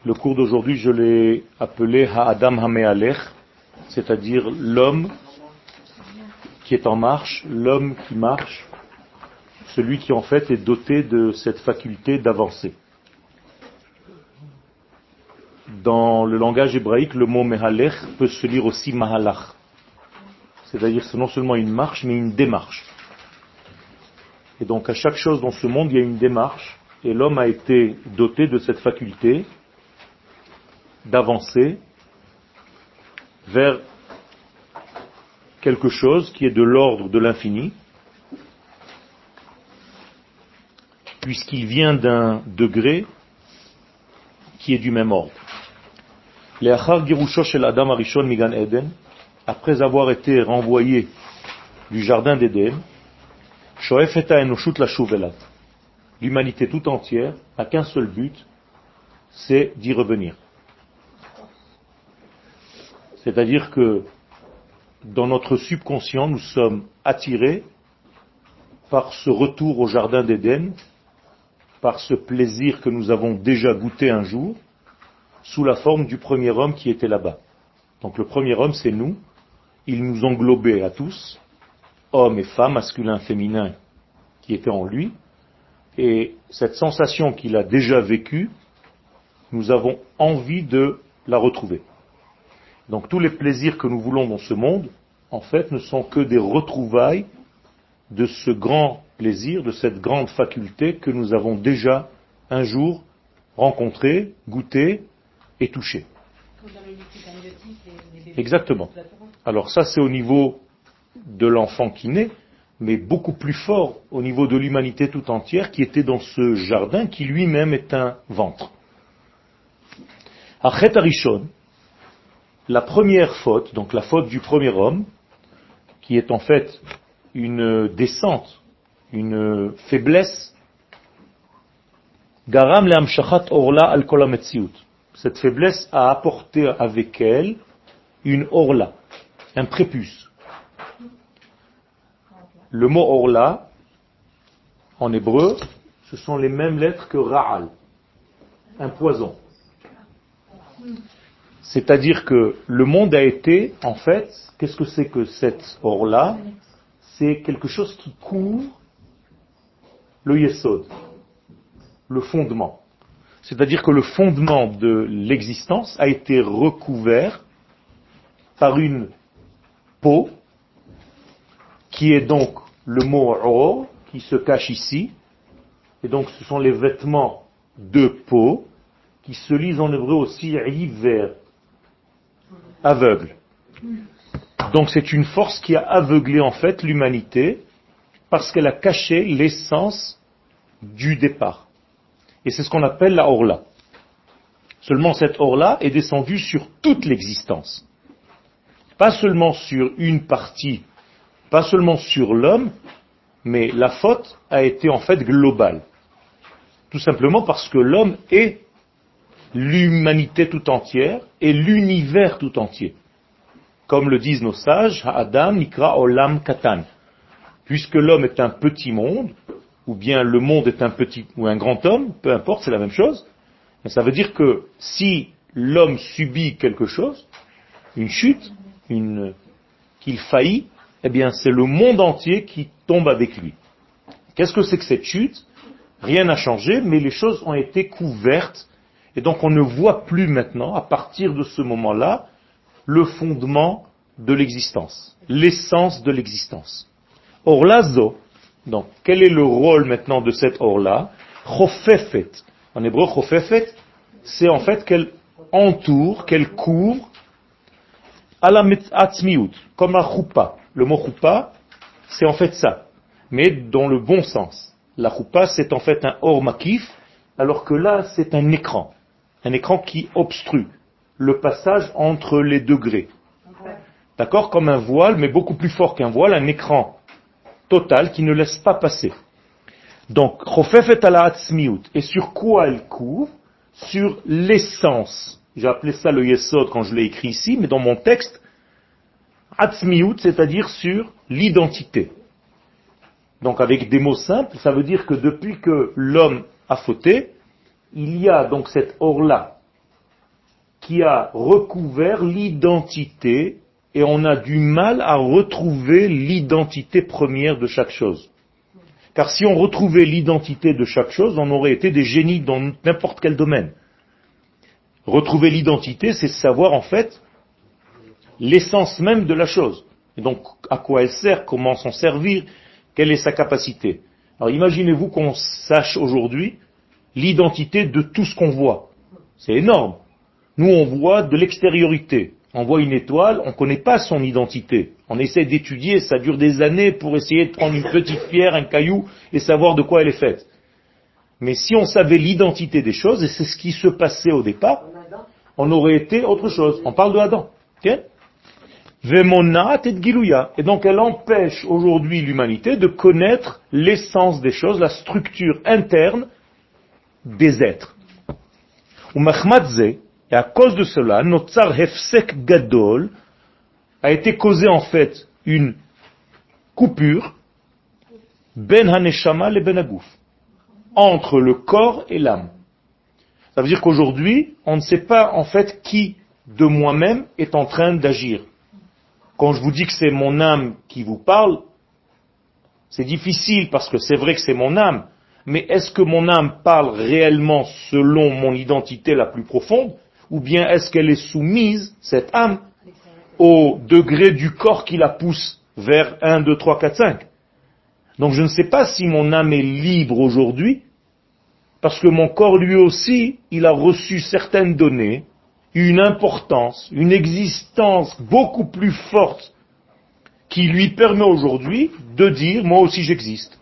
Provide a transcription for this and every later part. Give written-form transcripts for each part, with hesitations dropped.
Le cours d'aujourd'hui, je l'ai appelé Ha'adam Hame'alech, c'est-à-dire l'homme qui est en marche, l'homme qui marche, celui qui en fait est doté de cette faculté d'avancer. Dans le langage hébraïque, le mot Mehalech peut se lire aussi Mahalach. C'est-à-dire que c'est non seulement une marche, mais une démarche. Et donc à chaque chose dans ce monde, il y a une démarche, et l'homme a été doté de cette faculté d'avancer vers quelque chose qui est de l'ordre de l'infini, puisqu'il vient d'un degré qui est du même ordre. Après avoir été renvoyé du jardin d'Éden, l'humanité tout entière n'a qu'un seul but, c'est d'y revenir. C'est-à-dire que dans notre subconscient, nous sommes attirés par ce retour au jardin d'Éden, par ce plaisir que nous avons déjà goûté un jour, sous la forme du premier homme qui était là-bas. Donc le premier homme, c'est nous. Il nous englobait à tous, hommes et femmes, masculins, féminins, qui étaient en lui. Et cette sensation qu'il a déjà vécue, nous avons envie de la retrouver. Donc tous les plaisirs que nous voulons dans ce monde, en fait, ne sont que des retrouvailles de ce grand plaisir, de cette grande faculté que nous avons déjà un jour rencontré, goûté et touché. Exactement. Alors ça, c'est au niveau de l'enfant qui naît, mais beaucoup plus fort au niveau de l'humanité tout entière qui était dans ce jardin qui lui-même est un ventre. Achet Arishon, la première faute, donc la faute du premier homme, qui est en fait une descente, une faiblesse, Garam le'amshachat orla al kol hametziut. Cette faiblesse a apporté avec elle une orla, un prépuce. Le mot orla, en hébreu, ce sont les mêmes lettres que ra'al, un poison. C'est-à-dire que le monde a été, en fait, qu'est-ce que c'est que cette orla? C'est quelque chose qui couvre le yesod, le fondement. C'est-à-dire que le fondement de l'existence a été recouvert par une peau, qui est donc le mot or, qui se cache ici, et donc ce sont les vêtements de peau, qui se lisent en hébreu aussi hiver, aveugle. Donc c'est une force qui a aveuglé en fait l'humanité, parce qu'elle a caché l'essence du départ. Et c'est ce qu'on appelle la orla. Seulement cette orla est descendue sur toute l'existence. Pas seulement sur une partie, pas seulement sur l'homme, mais la faute a été en fait globale. Tout simplement parce que l'homme est l'humanité tout entière et l'univers tout entier. Comme le disent nos sages, Ha'adam nikra olam katan. Puisque l'homme est un petit monde, ou bien le monde est un petit ou un grand homme, peu importe, c'est la même chose. Mais ça veut dire que si l'homme subit quelque chose, une chute, qu'il faillit, eh bien c'est le monde entier qui tombe avec lui. Qu'est-ce que c'est que cette chute? Rien n'a changé, mais les choses ont été couvertes, et donc on ne voit plus maintenant, à partir de ce moment-là, le fondement de l'existence, l'essence de l'existence. Orla zo, donc quel est le rôle maintenant de cette orla? Chofefet. En hébreu, chofefet, c'est en fait qu'elle entoure, qu'elle couvre Alametzmiut, comme la choupa. Le mot choupa, c'est en fait ça, mais dans le bon sens. La choupa, c'est en fait un or makif, alors que là, c'est un écran qui obstrue le passage entre les degrés. D'accord? Comme un voile, mais beaucoup plus fort qu'un voile, un écran total qui ne laisse pas passer. Donc, chofefet ala atzmiut. Et sur quoi elle couvre? Sur l'essence. J'ai appelé ça le yesod quand je l'ai écrit ici, mais dans mon texte, atzmiut, c'est-à-dire sur l'identité. Donc avec des mots simples, ça veut dire que depuis que l'homme a fauté, il y a donc cette orla qui a recouvert l'identité et on a du mal à retrouver l'identité première de chaque chose. Car si on retrouvait l'identité de chaque chose, on aurait été des génies dans n'importe quel domaine. Retrouver l'identité, c'est savoir en fait l'essence même de la chose. Et donc, à quoi elle sert, comment s'en servir, quelle est sa capacité. Alors imaginez-vous qu'on sache aujourd'hui l'identité de tout ce qu'on voit. C'est énorme. Nous, on voit de l'extériorité. On voit une étoile, on ne connaît pas son identité. On essaie d'étudier, ça dure des années pour essayer de prendre une petite pierre, un caillou, et savoir de quoi elle est faite. Mais si on savait l'identité des choses, et c'est ce qui se passait au départ, on aurait été autre chose. On parle de Adam. Okay? Et donc elle empêche aujourd'hui l'humanité de connaître l'essence des choses, la structure interne des êtres. Et à cause de cela, Notzar Hefsek Gadol a été causé en fait une coupure Ben Haneshama le Ben Agouf entre le corps et l'âme. Ça veut dire qu'aujourd'hui, on ne sait pas en fait qui de moi-même est en train d'agir. Quand je vous dis que c'est mon âme qui vous parle, c'est difficile parce que c'est vrai que c'est mon âme, mais est-ce que mon âme parle réellement selon mon identité la plus profonde, ou bien est-ce qu'elle est soumise, cette âme, au degré du corps qui la pousse vers 1, 2, 3, 4, 5 ? Donc je ne sais pas si mon âme est libre aujourd'hui, parce que mon corps lui aussi, il a reçu certaines données, une importance, une existence beaucoup plus forte qui lui permet aujourd'hui de dire, moi aussi j'existe.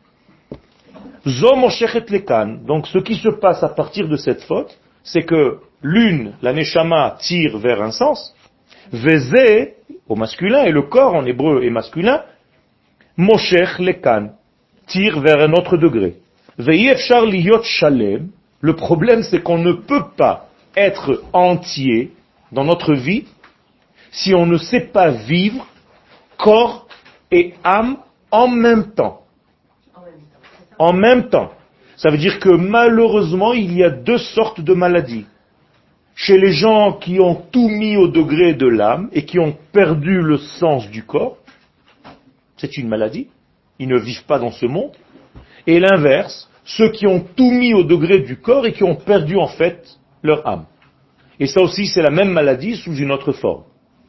Donc ce qui se passe à partir de cette faute, c'est que l'une, la neshama, tire vers un sens, vezé, au masculin, et le corps en hébreu est masculin, moshech lekan, tire vers un autre degré. Ve'yefshar liyot shalem, le problème c'est qu'on ne peut pas être entier dans notre vie si on ne sait pas vivre corps et âme en même temps. En même temps. Ça veut dire que malheureusement, il y a deux sortes de maladies. Chez les gens qui ont tout mis au degré de l'âme et qui ont perdu le sens du corps, c'est une maladie. Ils ne vivent pas dans ce monde. Et l'inverse, ceux qui ont tout mis au degré du corps et qui ont perdu en fait leur âme. Et ça aussi, c'est la même maladie sous une autre forme.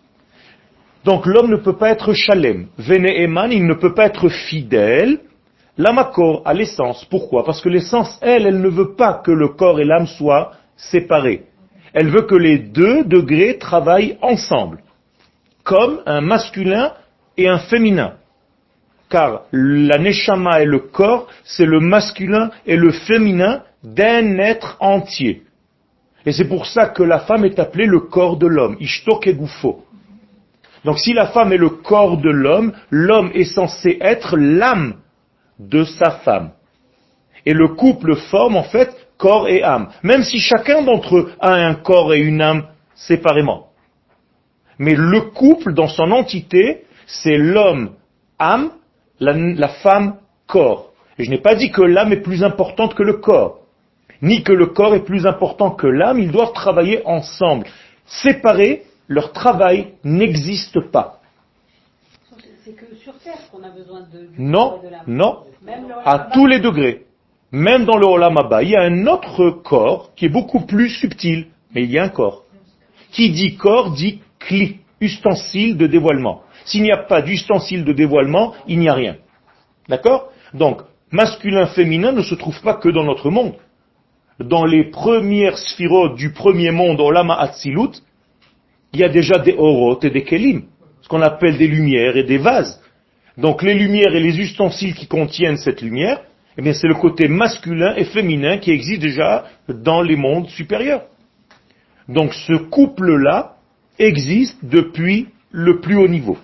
Donc l'homme ne peut pas être shalem. Veneeman, il ne peut pas être fidèle. L'amakor, à l'essence. Pourquoi? Parce que l'essence, elle ne veut pas que le corps et l'âme soient séparés. Elle veut que les deux degrés travaillent ensemble. Comme un masculin et un féminin. Car la neshama et le corps, c'est le masculin et le féminin d'un être entier. Et c'est pour ça que la femme est appelée le corps de l'homme. Ishto kegufo. Donc si la femme est le corps de l'homme, l'homme est censé être l'âme de sa femme. Et le couple forme en fait corps et âme. Même si chacun d'entre eux a un corps et une âme séparément. Mais le couple dans son entité, c'est l'homme âme, la femme corps. Et je n'ai pas dit que l'âme est plus importante que le corps. Ni que le corps est plus important que l'âme. Ils doivent travailler ensemble. Séparés, leur travail n'existe pas. C'est que sur Terre qu'on a besoin du Non, corps et de l'âme. non, Même à tous les degrés. Même dans le Olam Haba, il y a un autre corps qui est beaucoup plus subtil, mais il y a un corps. Qui dit corps dit cli, ustensile de dévoilement. S'il n'y a pas d'ustensile de dévoilement, il n'y a rien. D'accord? Donc, masculin, féminin ne se trouve pas que dans notre monde. Dans les premières sphirotes du premier monde, Olam Hatzilut, il y a déjà des orot et des kelim, ce qu'on appelle des lumières et des vases. Donc les lumières et les ustensiles qui contiennent cette lumière, eh bien c'est le côté masculin et féminin qui existe déjà dans les mondes supérieurs. Donc ce couple-là existe depuis le plus haut niveau.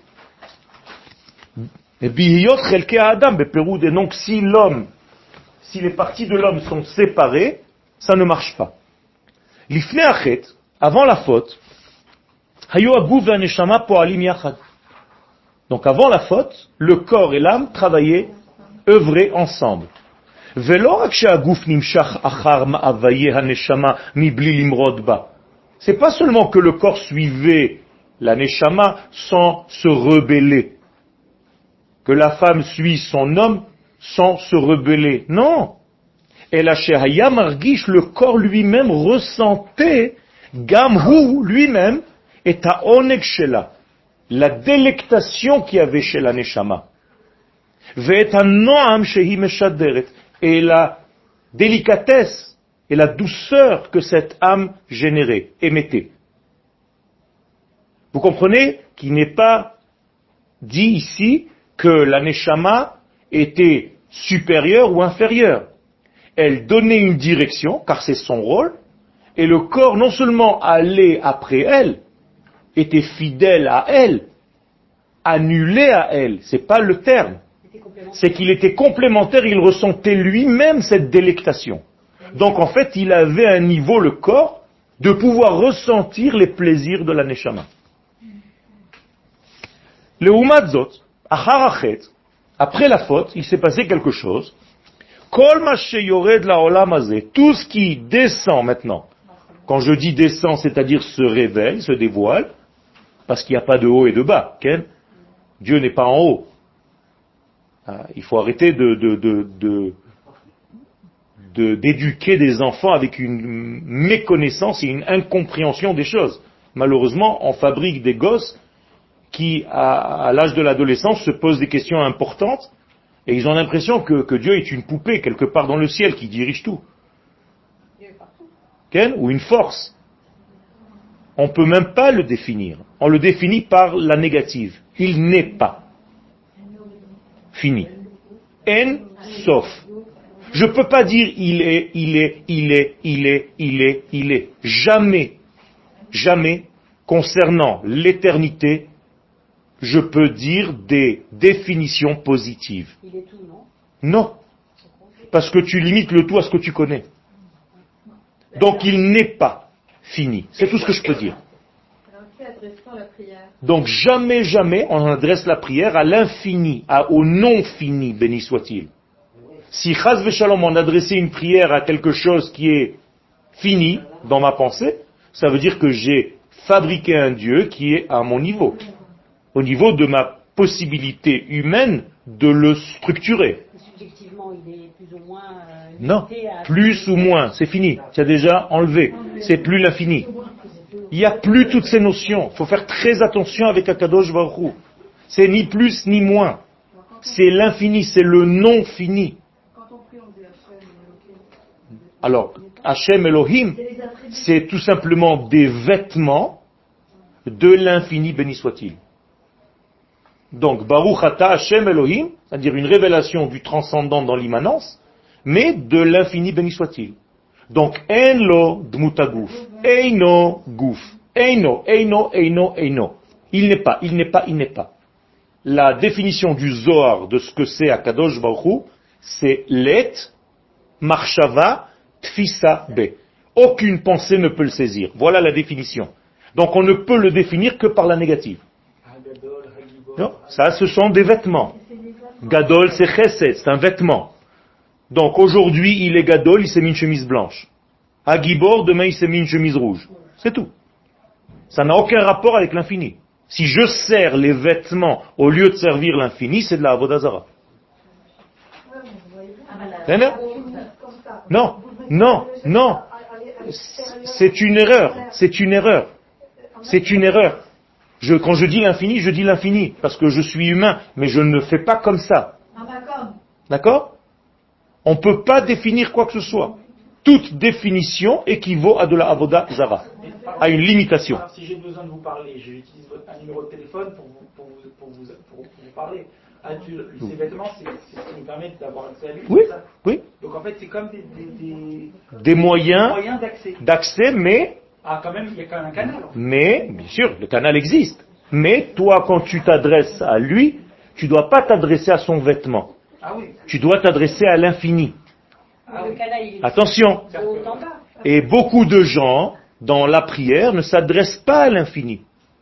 Et donc si les parties de l'homme sont séparées, ça ne marche pas. L'ifnei achet, avant la faute, donc avant la faute, le corps et l'âme travaillaient, œuvraient ensemble. C'est pas seulement que le corps suivait la neshama sans se rebeller, que la femme suit son homme sans se rebeller. Non. Et la shehaya margish, le corps lui-même ressentait, gamhu lui-même, et ta'oneg shela, la délectation qu'il y avait chez la neshama. Ve'et ha'noam shehi meshaderet, et la délicatesse et la douceur que cette âme générait, émettait. Vous comprenez qu'il n'est pas dit ici que la neshama était supérieure ou inférieure. Elle donnait une direction, car c'est son rôle, et le corps non seulement allait après elle, était fidèle à elle, annulé à elle, c'est pas le terme, c'est qu'il était complémentaire, il ressentait lui-même cette délectation. Donc en fait, il avait un niveau, le corps, de pouvoir ressentir les plaisirs de la neshama. Le Umadzot, Acharachet, après la faute, il s'est passé quelque chose. Kol ma sheyored laolam hazeh, tout ce qui descend maintenant. Quand je dis descend, c'est-à-dire se révèle, se dévoile, parce qu'il n'y a pas de haut et de bas. Okay? Dieu n'est pas en haut. Il faut arrêter d'éduquer des enfants avec une méconnaissance et une incompréhension des choses. Malheureusement, on fabrique des gosses qui, à l'âge de l'adolescence, se posent des questions importantes et ils ont l'impression que Dieu est une poupée quelque part dans le ciel qui dirige tout. Ou une force. On ne peut même pas le définir. On le définit par la négative. Il n'est pas. Fini. En, sauf. Je ne peux pas dire il est. Jamais, jamais, concernant l'éternité, je peux dire des définitions positives. Il est tout, non? Non. Parce que tu limites le tout à ce que tu connais. Donc il n'est pas fini. C'est tout ce que je peux dire. Alors qui adresse-t-on la prière? Donc jamais, jamais on adresse la prière à l'infini, au non-fini, béni soit-il. Si chas v'shalom on adressait une prière à quelque chose qui est fini dans ma pensée, ça veut dire que j'ai fabriqué un Dieu qui est à mon niveau. Au niveau de ma possibilité humaine de le structurer. Subjectivement, il est plus ou moins... Non, plus ou moins, c'est fini. Tu as déjà enlevé. C'est plus l'infini. Il n'y a plus toutes ces notions. Il faut faire très attention avec Akadosh Baruch Hu. C'est ni plus ni moins. C'est l'infini, c'est le non-fini. Alors, Hashem Elohim, c'est tout simplement des vêtements de l'infini, béni soit-il. Donc, Baruch Ata Hashem Elohim, c'est-à-dire une révélation du transcendant dans l'immanence, mais de l'infini, béni soit-il. Donc, En lo dmutagouf, Eino gouf, Eino. Il n'est pas, il n'est pas, il n'est pas. La définition du Zohar de ce que c'est Akadosh Baruch Hu, c'est Let, Marshava, Tfisa Be. Aucune pensée ne peut le saisir. Voilà la définition. Donc, on ne peut le définir que par la négative. Non, ça, ce sont des vêtements. Gadol, c'est chesed, c'est un vêtement. Donc aujourd'hui, il est gadol, il s'est mis une chemise blanche. Agibor, demain, il s'est mis une chemise rouge. C'est tout. Ça n'a aucun rapport avec l'infini. Si je sers les vêtements au lieu de servir l'infini, c'est de la avodah zara. Non, non, non. C'est une erreur. C'est une erreur. C'est une erreur. Quand je dis l'infini, je dis l'infini, parce que je suis humain, mais je ne fais pas comme ça. D'accord? On ne peut pas définir quoi que ce soit. Toute définition équivaut à de la avodah zara, à une limitation. Alors, si j'ai besoin de vous parler, j'utilise un numéro de téléphone pour vous parler. Ces vêtements, c'est ce qui nous permet d'avoir accès à lui. Oui, oui. Donc en fait, c'est comme des moyens d'accès, mais... Ah, quand même, il y a quand même un canal. Mais, bien sûr, le canal existe. Mais toi, quand tu t'adresses à lui, tu ne dois pas t'adresser à son vêtement. Ah oui. Tu dois t'adresser à l'infini. Ah oui. Attention. Et beaucoup de gens, dans la prière, ne s'adressent pas à l'infini.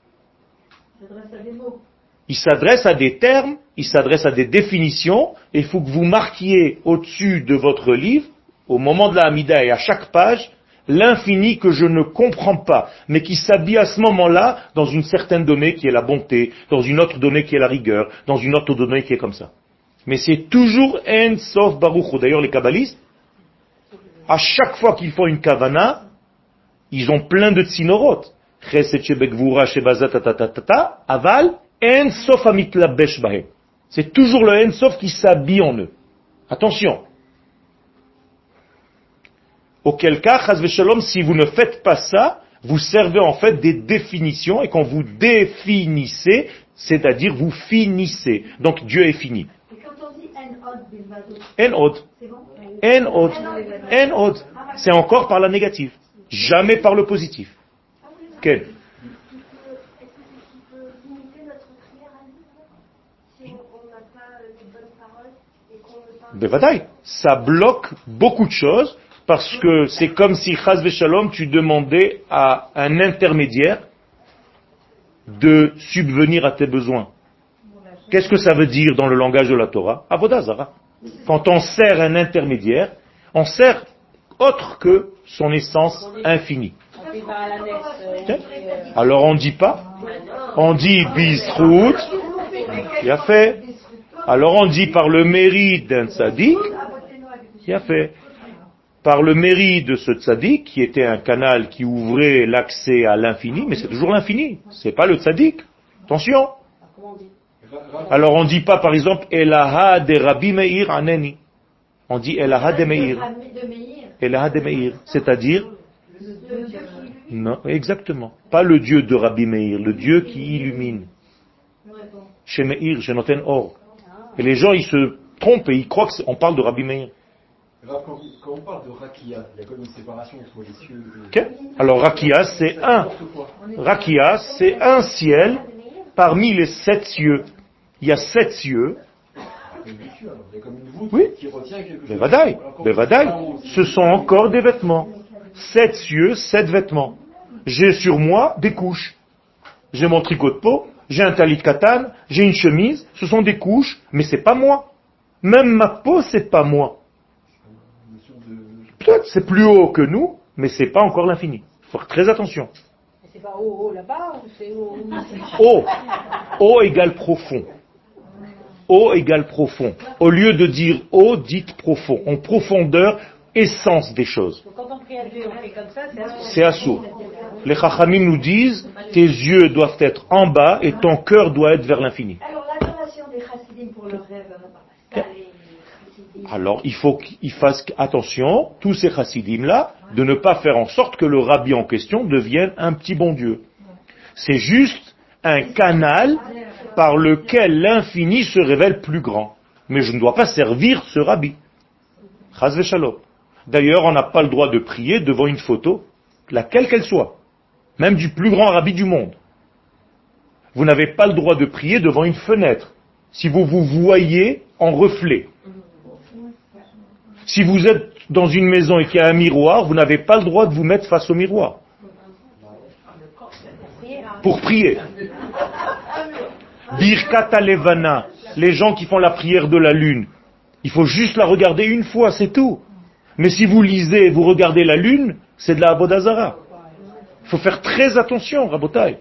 Ils s'adressent à des termes, ils s'adressent à des définitions, et il faut que vous marquiez au-dessus de votre livre, au moment de la Hamida et à chaque page, l'infini que je ne comprends pas, mais qui s'habille à ce moment-là dans une certaine donnée qui est la bonté, dans une autre donnée qui est la rigueur, dans une autre donnée qui est comme ça. Mais c'est toujours En Sof Baruch Hu. D'ailleurs, les kabbalistes, à chaque fois qu'ils font une kavana, ils ont plein de tsinoroth. Chesed shebegvura shebazat tatatatata, aval, En Sof amitlabesh bahem. C'est toujours le En Sof qui s'habille en eux. Attention. Auquel cas, chas v'shalom, si vous ne faites pas ça, vous servez en fait des définitions, et quand vous définissez, c'est-à-dire vous finissez. Donc Dieu est fini. Et quand on dit en-od bilvado, En-od. c'est bon? En-od. En-od. C'est encore par la négative. Jamais par le positif. Quel? Est-ce que tu peux limiter notre prière à nous si on n'a pas les bonnes paroles et qu'on ne parle pas? Bevadaï. Ça bloque beaucoup de choses parce que c'est comme si, chas v'shalom, tu demandais à un intermédiaire de subvenir à tes besoins. Qu'est-ce que ça veut dire dans le langage de la Torah? Avodah Zara. Quand on sert un intermédiaire, on sert autre que son essence infinie. On fait par la nef, Alors on dit pas, on dit bisrout, il a fait. Alors on dit par le mérite d'un tzaddik, il a fait. Par le mérite de ce tzaddik, qui était un canal qui ouvrait l'accès à l'infini, mais c'est toujours l'infini, c'est pas le tzaddik. Attention. comment on dit? Alors on dit pas par exemple Elaha de Rabbi Meir Aneni. On dit Elaha de Meir. Elaha de Meir, c'est-à-dire non, exactement. Pas le Dieu de Rabbi Meir, le Dieu qui illumine. Chez Meir, chez Noten Or. Et les gens, ils se trompent et ils croient qu'on parle de Rabbi Meir. Quand on parle de Rakia, il y a comme une séparation entre les cieux et... Okay. Alors Rakia, c'est un. Rakia, c'est un ciel parmi les 7 cieux. Il y a 7 cieux. Il y a comme une voûte Oui. qui retient quelque chose. Bevadaï, Bevadaï. Ce sont encore des vêtements. 7 cieux, 7 vêtements. J'ai sur moi des couches. J'ai mon tricot de peau, j'ai un talit katan, j'ai une chemise. Ce sont des couches, mais c'est pas moi. Même ma peau, c'est pas moi. Peut-être c'est plus haut que nous, mais c'est pas encore l'infini. Il faut faire très attention. C'est pas haut là-bas ou c'est haut? Haut. Haut égale profond. Haut égale profond. Au lieu de dire haut, dites profond. En profondeur, essence des choses. Donc quand on prie à Dieu, on fait comme ça, C'est assourd. Les chachamim nous disent, tes yeux doivent être en bas et ton cœur doit être vers l'infini. Alors, l'adoration des chassidim pour le rêve, parce que les chassidim... Alors, il faut qu'ils fassent attention, tous ces chassidim-là, de ne pas faire en sorte que le rabbi en question devienne un petit bon Dieu. C'est juste un canal par lequel l'infini se révèle plus grand. Mais je ne dois pas servir ce rabbi. Chas v'shalom. D'ailleurs, on n'a pas le droit de prier devant une photo, laquelle qu'elle soit, même du plus grand rabbi du monde. Vous n'avez pas le droit de prier devant une fenêtre, si vous vous voyez en reflet. Si vous êtes dans une maison et qu'il y a un miroir, vous n'avez pas le droit de vous mettre face au miroir pour prier. Birkat Alevana, les gens qui font la prière de la lune, il faut juste la regarder une fois, c'est tout. Mais si vous lisez et vous regardez la lune, c'est de la Avodah Zara. Il faut faire très attention, Rabotai.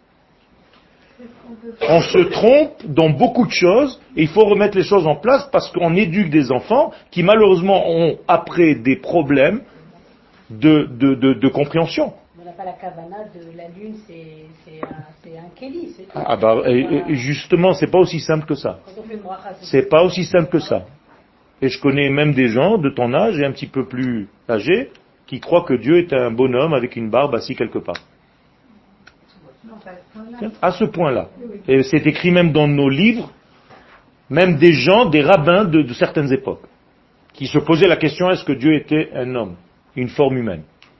On se trompe dans beaucoup de choses et il faut remettre les choses en place parce qu'on éduque des enfants qui malheureusement ont après des problèmes de compréhension. On n'a pas la kavana de la lune, c'est un kéli, c'est tout. Ah bah, et justement, c'est pas aussi simple que ça. Quand on fait une bracha, C'est pas aussi simple que ça. Et je connais même des gens de ton âge et un petit peu plus âgés qui croient que Dieu est un bonhomme avec une barbe assis quelque part. À ce point-là. Et c'est écrit même dans nos livres, même des gens, des rabbins de certaines époques, qui se posaient la question, est-ce que Dieu était un homme, une forme humaine?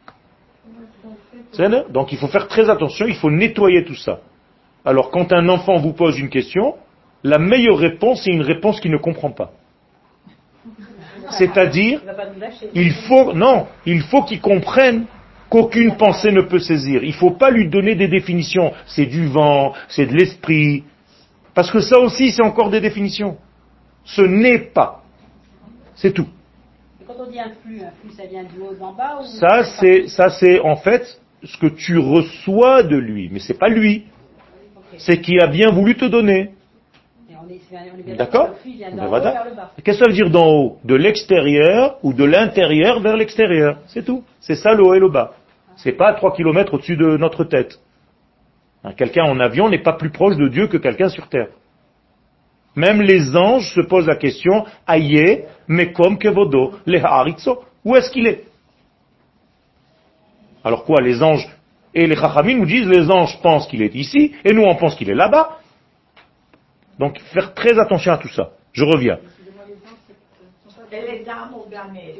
Donc il faut faire très attention, il faut nettoyer tout ça. Alors quand un enfant vous pose une question, la meilleure réponse, c'est une réponse qu'il ne comprend pas. C'est-à-dire, il faut qu'il comprenne qu'aucune pensée ne peut saisir. Il ne faut pas lui donner des définitions. C'est du vent, c'est de l'esprit. Parce que ça aussi, c'est encore des définitions. Ce n'est pas. C'est tout. Et quand on dit un flux, ça vient du haut d'en bas ou Ça c'est en fait ce que tu reçois de lui, mais c'est pas lui. Ok. C'est qu'il a bien voulu te donner. Et on est bien D'accord? le flux vient Ben d'en haut voilà. vers le bas. Qu'est-ce que ça veut dire d'en haut? De l'extérieur ou de l'intérieur vers l'extérieur. C'est tout. C'est ça le haut et le bas. C'est pas 3 kilomètres au-dessus de notre tête. Quelqu'un en avion n'est pas plus proche de Dieu que quelqu'un sur terre. Même les anges se posent la question, Aye, mekom kevodo, le haaritzo. Où est-ce qu'il est? Alors quoi, les anges et les chachamim nous disent, les anges pensent qu'il est ici, et nous on pense qu'il est là-bas. Donc faire très attention à tout ça. Je reviens. Et les âmes au Gamé.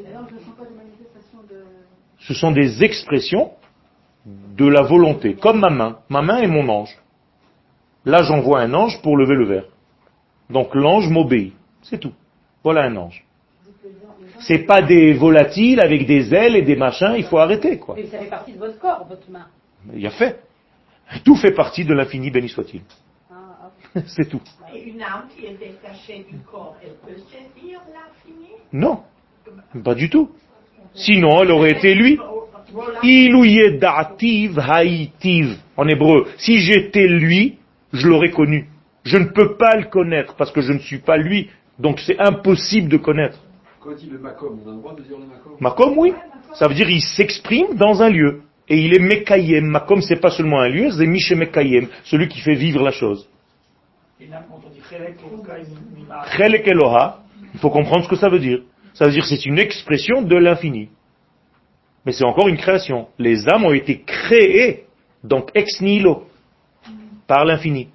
Ce sont des expressions de la volonté, comme ma main. Ma main est mon ange. Là j'envoie un ange pour lever le verre. Donc l'ange m'obéit. C'est tout. Voilà un ange. C'est pas des volatiles avec des ailes et des machins, il faut arrêter, quoi. Mais ça fait partie de votre corps, votre main. Il y a fait. Tout fait partie de l'infini, béni soit-il. Ah, C'est tout. Et une âme qui est détachée du corps, elle peut saisir l'infini? Non, pas du tout. Sinon, elle aurait été lui. Ilouye da'ativ haïtiv. En hébreu, si j'étais lui, je l'aurais connu. Je ne peux pas le connaître parce que je ne suis pas lui. Donc c'est impossible de connaître. Quand il dit le makom, on a le droit de dire le makom? Makom, oui. Ça veut dire il s'exprime dans un lieu. Et il est mekayem. Makom, c'est pas seulement un lieu, c'est miche mekayem, celui qui fait vivre la chose. Et là, quand on dit Chelek Eloka Mima, Chelek Eloha, il faut comprendre ce que ça veut dire. Ça veut dire que c'est une expression de l'infini. Mais c'est encore une création. Les âmes ont été créées, donc ex nihilo, par l'infini.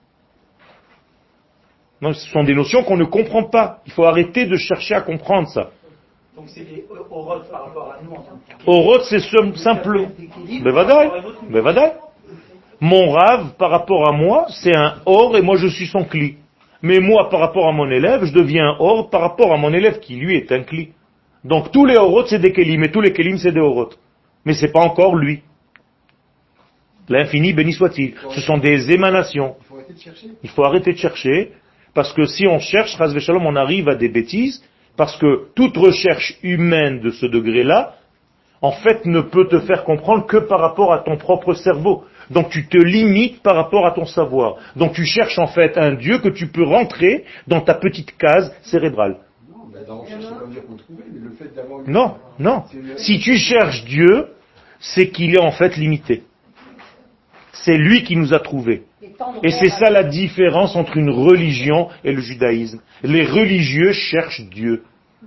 Donc ce sont des notions qu'on ne comprend pas. Il faut arrêter de chercher à comprendre ça. donc c'est les orotes par rapport à nous en tant que Oroth, c'est simple. Bevadaï. Mon rave, par rapport à moi, c'est un or et moi je suis son cli. Mais moi, par rapport à mon élève, je deviens un or par rapport à mon élève qui, lui, est un cli. Donc tous les oroth, c'est des kelim, et tous les kelim, c'est des oroth. Mais c'est pas encore lui. L'infini, béni soit-il. Ce sont des émanations. Il faut arrêter de chercher. Il faut arrêter de chercher, parce que si on cherche, Chas v'Shalom, on arrive à des bêtises, parce que toute recherche humaine de ce degré-là, en fait, ne peut te faire comprendre que par rapport à ton propre cerveau. Donc tu te limites par rapport à ton savoir. Donc tu cherches en fait un Dieu que tu peux rentrer dans ta petite case cérébrale. Non, mais dans chercher, ça veut dire qu'on trouvait, mais le fait d'avoir une... Non, non. Si tu cherches Dieu, c'est qu'il est en fait limité. C'est lui qui nous a trouvés. Et c'est ça la différence entre une religion et le judaïsme. Les religieux cherchent Dieu.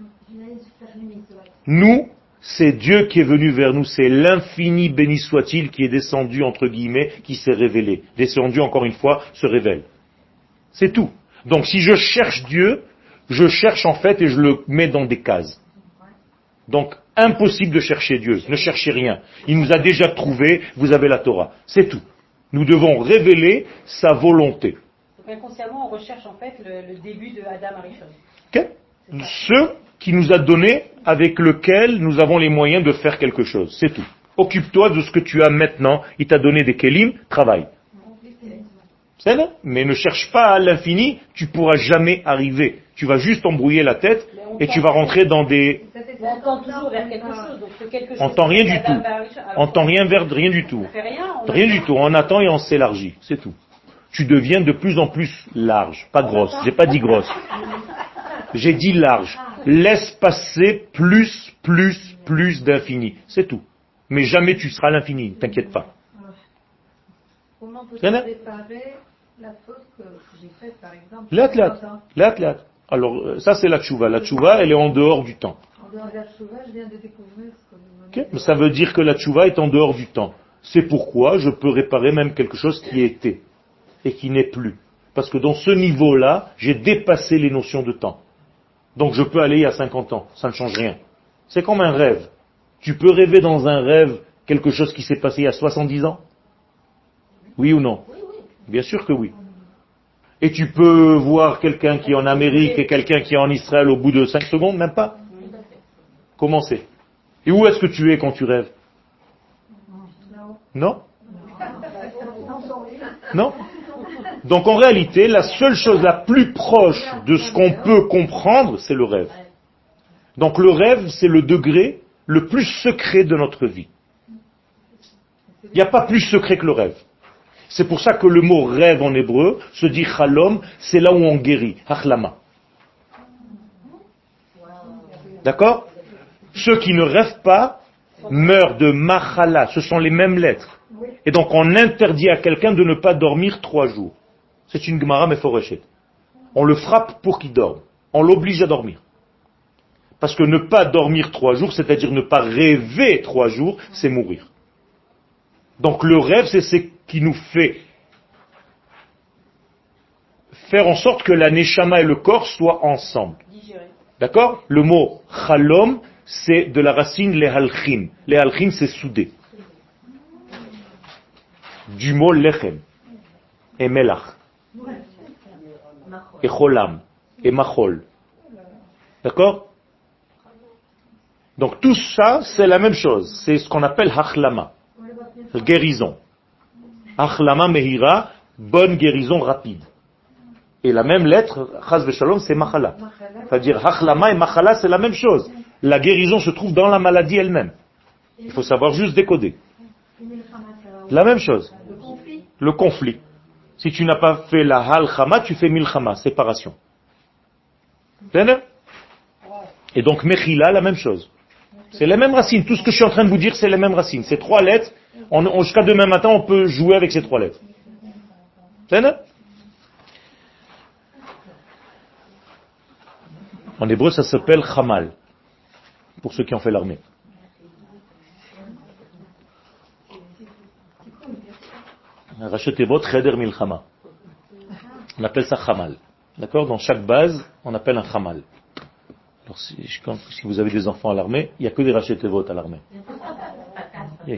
Nous, c'est Dieu qui est venu vers nous, c'est l'infini béni soit-il qui est descendu, entre guillemets, qui s'est révélé. Descendu, encore une fois, se révèle. C'est tout. Donc si je cherche Dieu, je cherche en fait et je le mets dans des cases. Donc impossible de chercher Dieu, ne cherchez rien. Il nous a déjà trouvé, vous avez la Torah. C'est tout. Nous devons révéler sa volonté. Donc inconsciemment, on recherche en fait le début de Adam Arishon. Okay? Ce qui nous a donné, avec lequel nous avons les moyens de faire quelque chose. C'est tout. Occupe-toi de ce que tu as maintenant. Il t'a donné des kelim, travaille. C'est là. Mais ne cherche pas à l'infini, tu pourras jamais arriver. Tu vas juste embrouiller la tête et tu vas rentrer dans des... On tend toujours vers quelque chose. Donc ce quelque chose On tend rien du Adam tout. Arishon, alors On tend rien vers rien du tout. on fait rien. Rien du tout. On attend et on s'élargit. C'est tout. Tu deviens de plus en plus large. Pas grosse. J'ai pas dit grosse. J'ai dit large. Laisse passer plus d'infini. C'est tout. Mais jamais tu seras l'infini. T'inquiète pas. Comment peut-on Yana. réparer la faute que j'ai faite, par exemple L'at. Alors, ça c'est la tchouva. La tchouva, elle est en dehors du temps. En dehors de la chouva, je viens de découvrir ce que vous Ok? venez Mais ça veut dire que la tchouva est en dehors du temps. C'est pourquoi je peux réparer même quelque chose qui était et qui n'est plus. Parce que dans ce niveau-là, j'ai dépassé les notions de temps. Donc je peux aller il y a 50 ans, ça ne change rien. C'est comme un rêve. Tu peux rêver dans un rêve quelque chose qui s'est passé il y a 70 ans? Oui ou non? Bien sûr que oui. Et tu peux voir quelqu'un qui est en Amérique et quelqu'un qui est en Israël au bout de 5 secondes, même pas? Comment c'est? Et où est-ce que tu es quand tu rêves? Non? Non? Donc en réalité, la seule chose la plus proche de ce qu'on peut comprendre, c'est le rêve. Donc le rêve, c'est le degré le plus secret de notre vie. Il n'y a pas plus secret que le rêve. C'est pour ça que le mot rêve en hébreu se dit chalom, c'est là où on guérit, achlama. D'accord? Ceux qui ne rêvent pas meurent de machala, ce sont les mêmes lettres. Et donc on interdit à quelqu'un de ne pas dormir 3 jours. C'est une gemara meforeshet. On le frappe pour qu'il dorme. On l'oblige à dormir. Parce que ne pas dormir 3 jours, c'est-à-dire ne pas rêver 3 jours, c'est mourir. Donc le rêve, c'est ce qui nous fait faire en sorte que la neshama et le corps soient ensemble. D'accord? Le mot chalom, c'est de la racine lehalchim. Lehalchim, c'est soudé. Du mot lechem. Et melach. Et cholam. Et machol. D'accord? Donc tout ça, c'est la même chose. C'est ce qu'on appelle hachlama. Guérison. Achlama mehira, bonne guérison rapide. Et la même lettre, chas v'shalom, c'est machala. C'est-à-dire, achlama et machala, c'est la même chose. La guérison se trouve dans la maladie elle-même. Il faut savoir juste décoder. La même chose. Le conflit. Si tu n'as pas fait la halchama, tu fais milchama, séparation. Et donc, mechila, la même chose. C'est les mêmes racines. Tout ce que je suis en train de vous dire, c'est les mêmes racines. Ces 3 lettres, jusqu'à demain matin, on peut jouer avec ces 3 lettres. En hébreu, ça s'appelle chamal, pour ceux qui ont fait l'armée. Rachetez votre cheder milchama. On appelle ça chamal. D'accord? Dans chaque base, on appelle un chamal. Alors, si vous avez des enfants à l'armée, il n'y a que des rachetez votre à l'armée. Ceux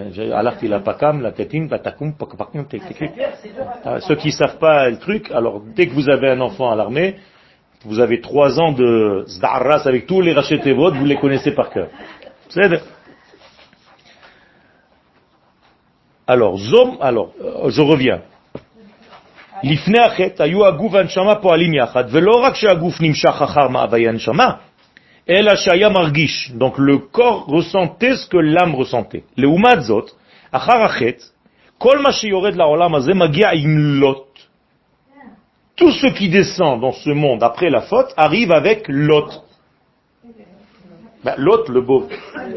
qui ne savent pas le truc, alors dès que vous avez un enfant à l'armée, vous avez 3 ans de zdarras avec tous les rachetevot, vous les connaissez par cœur. Alors, je reviens. לפני החטא היו הגוף והנשמה פועלים יחד, ולא רק שהגוף נמשך אחר מאוויי הנשמה, אלא שהיה מרגיש. Donc le corps ressentait ce que l'âme ressentait. לעומת זאת, אחר החטא, כל מה שיורד לעולם הזה מגיע עם לוט. Tout ce qui descend dans ce monde après la faute arrive avec Lot. Lot, le beau.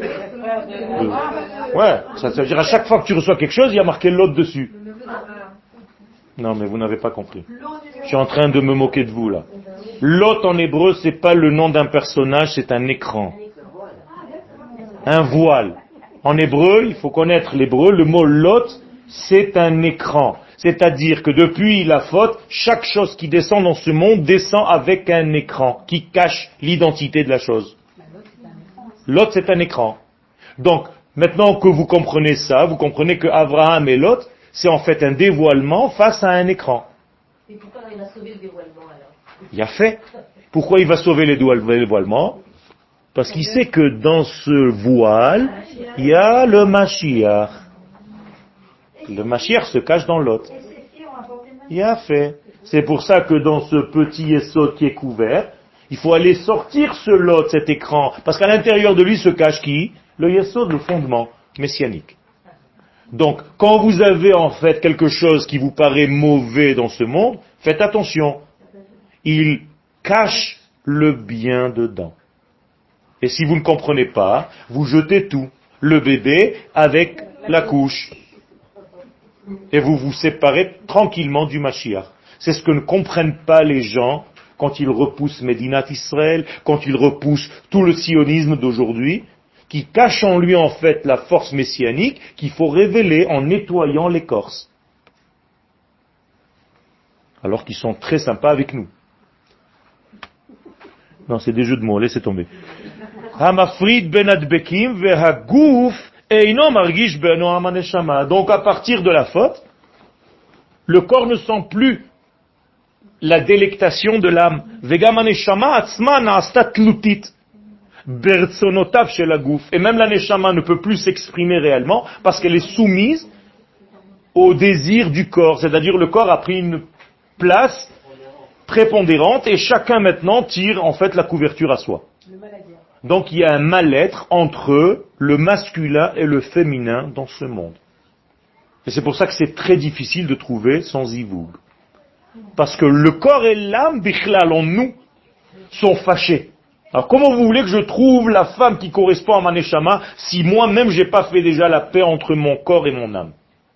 Ouais, ça veut dire à chaque fois que tu reçois quelque chose, il y a marqué Lot dessus. Non, mais vous n'avez pas compris. Je suis en train de me moquer de vous là. Lot en hébreu, c'est pas le nom d'un personnage, c'est un écran. Un voile. En hébreu, il faut connaître l'hébreu, le mot Lot, c'est un écran. C'est-à-dire que depuis la faute, chaque chose qui descend dans ce monde descend avec un écran qui cache l'identité de la chose. Lot, c'est un écran. Donc, maintenant que vous comprenez ça, vous comprenez que Abraham et Lot, c'est en fait un dévoilement face à un écran. Et pourquoi il va sauver le dévoilement alors? Il a fait. Pourquoi il va sauver le dévoilement? Parce qu'il sait que dans ce voile, il y a le Mashiach. Le Mashiach se cache dans l'autre. Il a fait. C'est pour ça que dans ce petit yesod qui est couvert, il faut aller sortir ce lot, cet écran. Parce qu'à l'intérieur de lui se cache qui? Le yesod, le fondement messianique. Donc, quand vous avez en fait quelque chose qui vous paraît mauvais dans ce monde, faites attention. Il cache le bien dedans. Et si vous ne comprenez pas, vous jetez tout. Le bébé avec la couche. Et vous vous séparez tranquillement du Mashiach. C'est ce que ne comprennent pas les gens quand ils repoussent Médinat Israël, quand ils repoussent tout le sionisme d'aujourd'hui, qui cache en lui en fait la force messianique qu'il faut révéler en nettoyant l'écorce. Alors qu'ils sont très sympas avec nous. Non, c'est des jeux de mots, laissez tomber. Hamafrid ben adbekim vehagouf eino margish beno amaneshama. Donc à partir de la faute, le corps ne sent plus la délectation de l'âme. Vegam aneshama atzma na'asta tlutit. Et même la neshama ne peut plus s'exprimer réellement parce qu'elle est soumise au désir du corps. C'est-à-dire le corps a pris une place prépondérante et chacun maintenant tire en fait la couverture à soi. Donc il y a un mal-être entre le masculin et le féminin dans ce monde. Et c'est pour ça que c'est très difficile de trouver son zivoug. Parce que le corps et l'âme, bichlal, en nous, sont fâchés. Alors comment vous voulez que je trouve la femme qui correspond à ma neshama si moi-même j'ai pas fait déjà la paix entre mon corps et mon âme?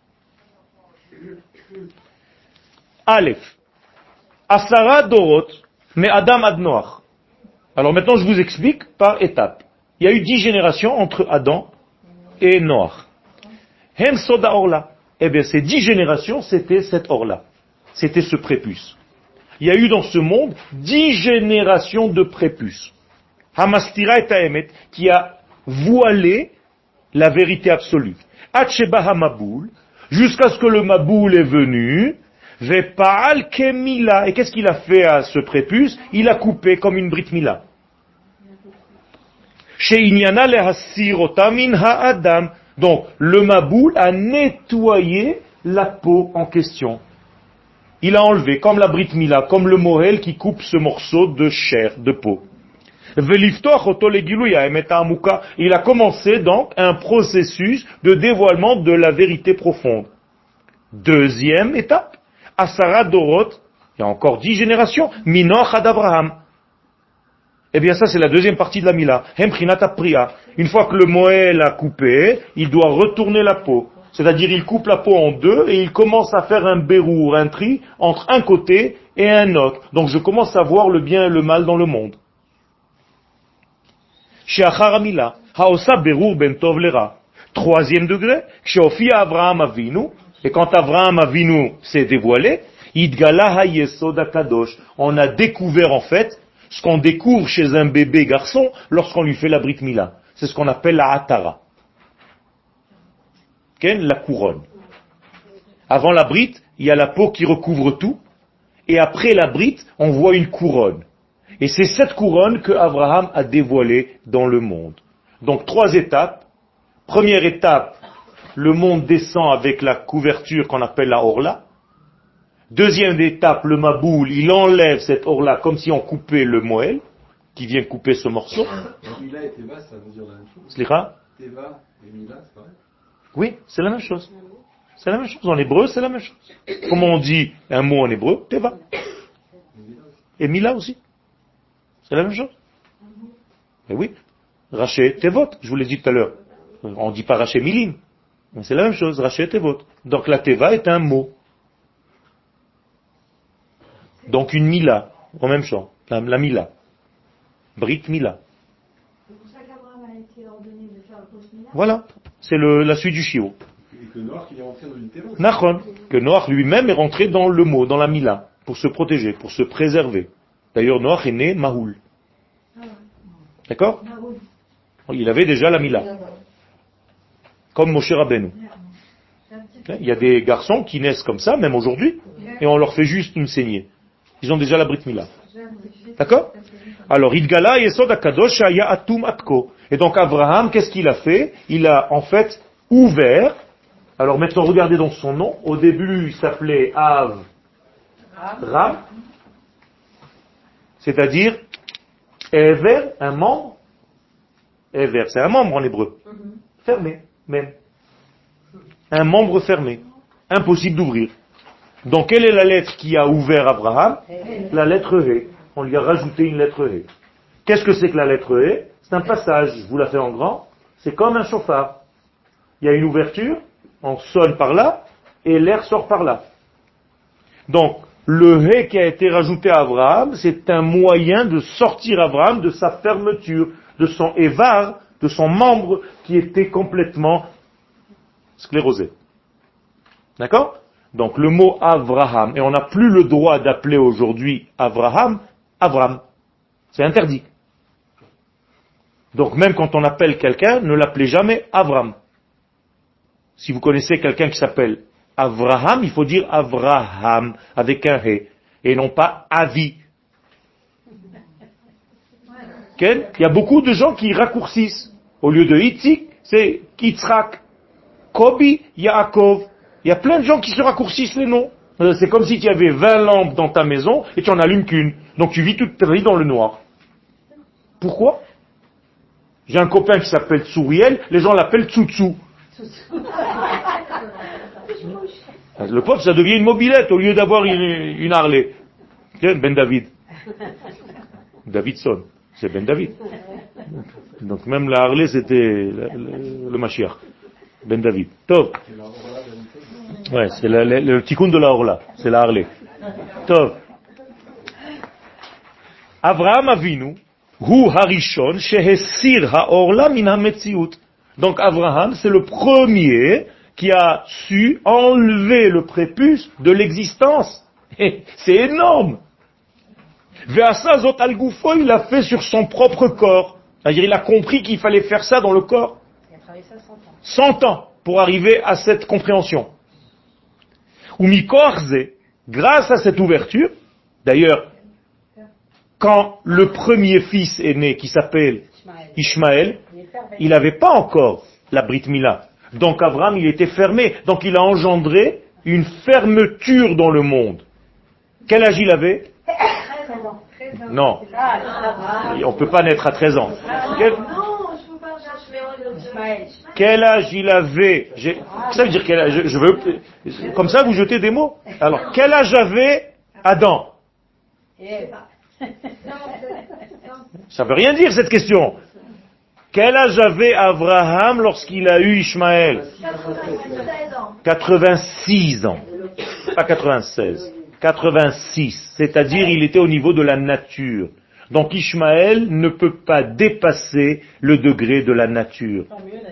Aleph. Asara Dorot, mais Adam ad Noach. Alors maintenant je vous explique par étapes. Il y a eu 10 générations entre Adam et Noach. Hem Soda Orla. Eh bien ces 10 générations c'était cette Orla. C'était ce prépuce. Il y a eu dans ce monde 10 générations de prépuce. Hamastira et Taemet, qui a voilé la vérité absolue. Hatsheba Hamaboul, jusqu'à ce que le Maboul est venu, Vepaal Kemila. Et qu'est-ce qu'il a fait à ce prépuce? Il a coupé comme une Brit Mila. Sheinyana lehasirota min ha'adam. Donc, le Maboul a nettoyé la peau en question. Il a enlevé, comme la Brit Mila, comme le Mohel qui coupe ce morceau de chair, de peau. Il a commencé donc un processus de dévoilement de la vérité profonde. Deuxième étape, Asara Dorot, il y a encore 10 générations, Minoch ad Abraham. Eh bien ça c'est la deuxième partie de la Mila. Hemprinat Priya. Une fois que le Moël a coupé, il doit retourner la peau. C'est-à-dire il coupe la peau en deux et il commence à faire un bérour, un tri, entre un côté et un autre. Donc je commence à voir le bien et le mal dans le monde. Sheachar Amila, Haosa Berur Ben Tov Lera. Troisième degré, Sheofia Avraham Avinu, et quand Avraham Avinu s'est dévoilé, Idgala HaYesod HaKadosh. On a découvert en fait ce qu'on découvre chez un bébé garçon lorsqu'on lui fait la Brit Mila. C'est ce qu'on appelle la Hatara. La couronne. Avant la Brit, il y a la peau qui recouvre tout, et après la Brit, on voit une couronne. Et c'est cette couronne que Abraham a dévoilée dans le monde. Donc 3 étapes. Première étape, le monde descend avec la couverture qu'on appelle la Orla. Deuxième étape, le Maboul, il enlève cette Orla comme si on coupait le Moël, qui vient couper ce morceau. Mila et Teva, ça veut dire la même chose. Slicha? Teva et Mila, c'est pareil. Oui, c'est la même chose. C'est la même chose. En hébreu, c'est la même chose. Comment on dit un mot en hébreu? Teva. Et Mila aussi. C'est la même chose. Mais oui. Raché Tevot, je vous l'ai dit tout à l'heure. On ne dit pas Raché Milim. Mais c'est la même chose, Raché Tevot. Donc la Teva est un mot. Donc une Mila, en même temps. La Mila. Brit Mila. C'est pour ça qu'Abraham a été ordonné de faire le post-Mila. Voilà. C'est la suite du Shiur. Et que Noach, il est rentré dans une Teva. Nachon. Que Noach lui-même est rentré dans le mot, dans la Mila. Pour se protéger, pour se préserver. D'ailleurs, Noach est né Mahoul. D'accord? Il avait déjà la Mila. Comme Moshe Rabbeinu. Il y a des garçons qui naissent comme ça, même aujourd'hui, et on leur fait juste une saignée. Ils ont déjà la Brit Mila. D'accord? Alors, Idgala Yesod HaKadosh Haya Atum Atko. Et donc, Abraham, qu'est-ce qu'il a fait? Il a, en fait, ouvert. Alors, maintenant, regardez dans son nom. Au début, il s'appelait Avram. C'est-à-dire, Ever, un membre. Ever, c'est un membre en hébreu. Fermé, même. Un membre fermé. Impossible d'ouvrir. Donc, quelle est la lettre qui a ouvert Abraham? La lettre He. On lui a rajouté une lettre He. Qu'est-ce que c'est que la lettre He? C'est un passage. Je vous la fais en grand. C'est comme un chauffard. Il y a une ouverture, on sonne par là, et l'air sort par là. Donc, le He qui a été rajouté à Abraham, c'est un moyen de sortir Abraham de sa fermeture, de son évar, de son membre qui était complètement sclérosé. D'accord? Donc le mot Avraham, et on n'a plus le droit d'appeler aujourd'hui Avraham, Avram. C'est interdit. Donc même quand on appelle quelqu'un, ne l'appelez jamais Avram. Si vous connaissez quelqu'un qui s'appelle Avraham, il faut dire Avraham, avec un He, et non pas Avi. Il y a beaucoup de gens qui raccourcissent. Au lieu de Itzik, c'est Yitzhak, Kobi, Yaakov. Il y a plein de gens qui se raccourcissent les noms. C'est comme si tu avais 20 lampes dans ta maison et tu en allumes qu'une. Donc tu vis toute ta vie dans le noir. Pourquoi? J'ai un copain qui s'appelle Tsouriel, les gens l'appellent Tsoutsou. Le pauvre, ça devient une mobilette au lieu d'avoir une Harley. Ben David. Davidson, c'est Ben David. Donc même la Harley, c'était le Mashiach. Ben David. Tov. Ouais, c'est le tikkun de la Orla. C'est la Harley. Tov. Avraham Avinu, hu harishon shehesir haorla min hametziut. Donc Avraham, c'est le premier qui a su enlever le prépuce de l'existence. C'est énorme. Ve'asa zot al gufo, il l'a fait sur son propre corps. C'est-à-dire, il a compris qu'il fallait faire ça dans le corps. Il a travaillé ça 100 ans. 100 ans pour arriver à cette compréhension. Ou mikorze, grâce à cette ouverture, d'ailleurs, quand le premier fils est né, qui s'appelle Ishmaël, il n'avait pas encore la Brit Mila. Donc Abraham, il était fermé. Donc il a engendré une fermeture dans le monde. Quel âge il avait? 13 ans. Non. On ne peut pas naître à 13 ans. Quel âge il avait? Ça veut dire quel âge? Je veux, comme ça, vous jetez des mots. Alors, quel âge avait Adam? Ça veut rien dire, cette question. Quel âge avait Abraham lorsqu'il a eu Ishmaël? 86 ans. Pas 96. 86. C'est-à-dire, il était au niveau de la nature. Donc Ishmaël ne peut pas dépasser le degré de la nature.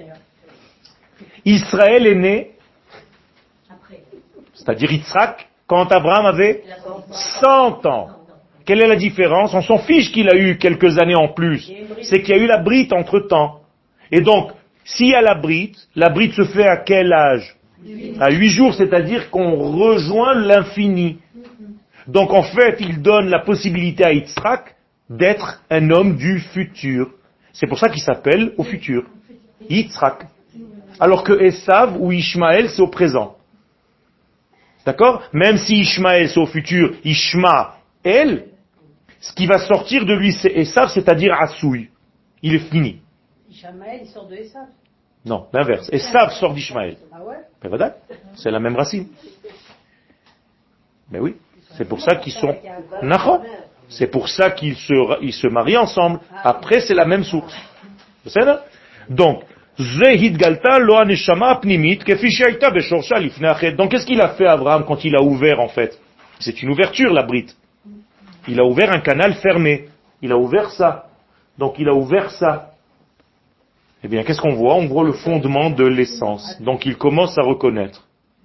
Israël est né, c'est-à-dire Yitzhak, quand Abraham avait 100 ans. Quelle est la différence? On s'en fiche qu'il a eu quelques années en plus. C'est qu'il y a eu la brite entre-temps. Et donc, s'il y a la brite se fait à quel âge? À 8 jours, c'est-à-dire qu'on rejoint l'infini. Donc en fait, il donne la possibilité à Yitzhak d'être un homme du futur. C'est pour ça qu'il s'appelle au futur. Yitzhak. Alors que Esav ou Ishmaël, c'est au présent. D'accord? Même si Ishmaël, c'est au futur, Ishmaël, ce qui va sortir de lui, c'est Esav, c'est-à-dire Assoui. Il est fini. Ishmaël, il sort de Esav. Non, l'inverse. Esav sort d'Ishmaël. Ah ouais? C'est la même racine. Mais oui. C'est pour ça qu'ils sont... Nachon. C'est pour ça qu'ils se marient ensemble. Après, c'est la même source. C'est ça? Donc, donc qu'est-ce qu'il a fait Abraham quand il a ouvert en fait? C'est une ouverture la brite. Il a ouvert un canal fermé. Il a ouvert ça. Donc il a ouvert ça. Eh bien, qu'est-ce qu'on voit? On voit le fondement de l'essence. Donc il commence à reconnaître.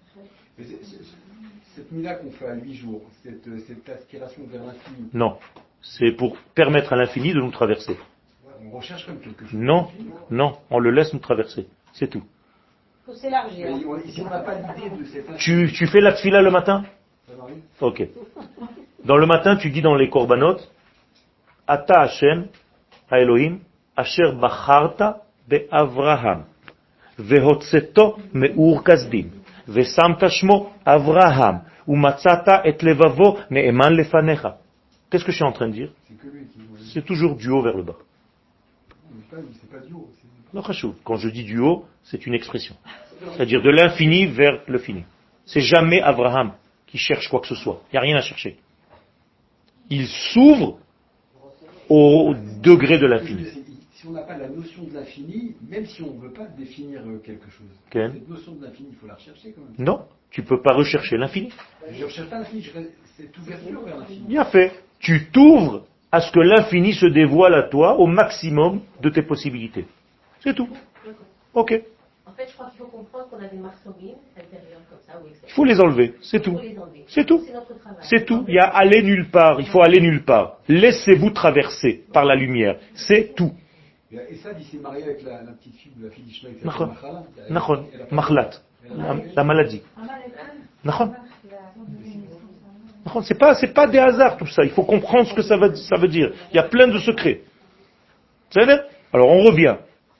Cette mila qu'on fait à 8 jours, cette aspiration vers l'infini. Non. C'est pour permettre à l'infini de nous traverser. On recherche comme quelque chose. Non, on le laisse nous traverser. C'est tout. Il faut s'élargir. Si on n'a pas l'idée de cette... Tu fais la tfila le matin? Ok. Dans le matin, tu dis dans les korbanot, Ata Hashem, Elohim, Asher Bacharta be'Avraham, Vehotzeto me'ur kasdim, Vesamta shmo Avraham, Umatzata et levavo ne'eman lefanecha. Qu'est-ce que je suis en train de dire? C'est toujours du haut vers le bas. C'est pas du haut. Quand je dis du haut, c'est une expression. C'est-à-dire de l'infini vers le fini. C'est jamais Abraham qui cherche quoi que ce soit. Il n'y a rien à chercher. Il s'ouvre au degré de l'infini. Si on n'a pas la notion de l'infini, même si on ne veut pas définir quelque chose, cette notion de l'infini, il faut la rechercher quand même. Non, tu ne peux pas rechercher l'infini. Je ne recherche pas l'infini, c'est ouverture vers l'infini. Bien fait. Tu t'ouvres à ce que l'infini se dévoile à toi au maximum de tes possibilités. C'est tout. Ok. En fait, je crois qu'il faut comprendre qu'on a des marsomimes intérieures comme ça. Il faut les enlever, c'est tout. C'est tout. C'est tout. Il y a aller nulle part. Il faut aller nulle part. Laissez-vous traverser par la lumière. C'est tout. Et ça, il s'est marié avec la petite fille de la fille d'Ishmaël. Nachon. Mahlat. La maladie. Nachon. C'est pas des hasards tout ça. Il faut comprendre ce que ça veut dire. Il y a plein de secrets. Alors on revient.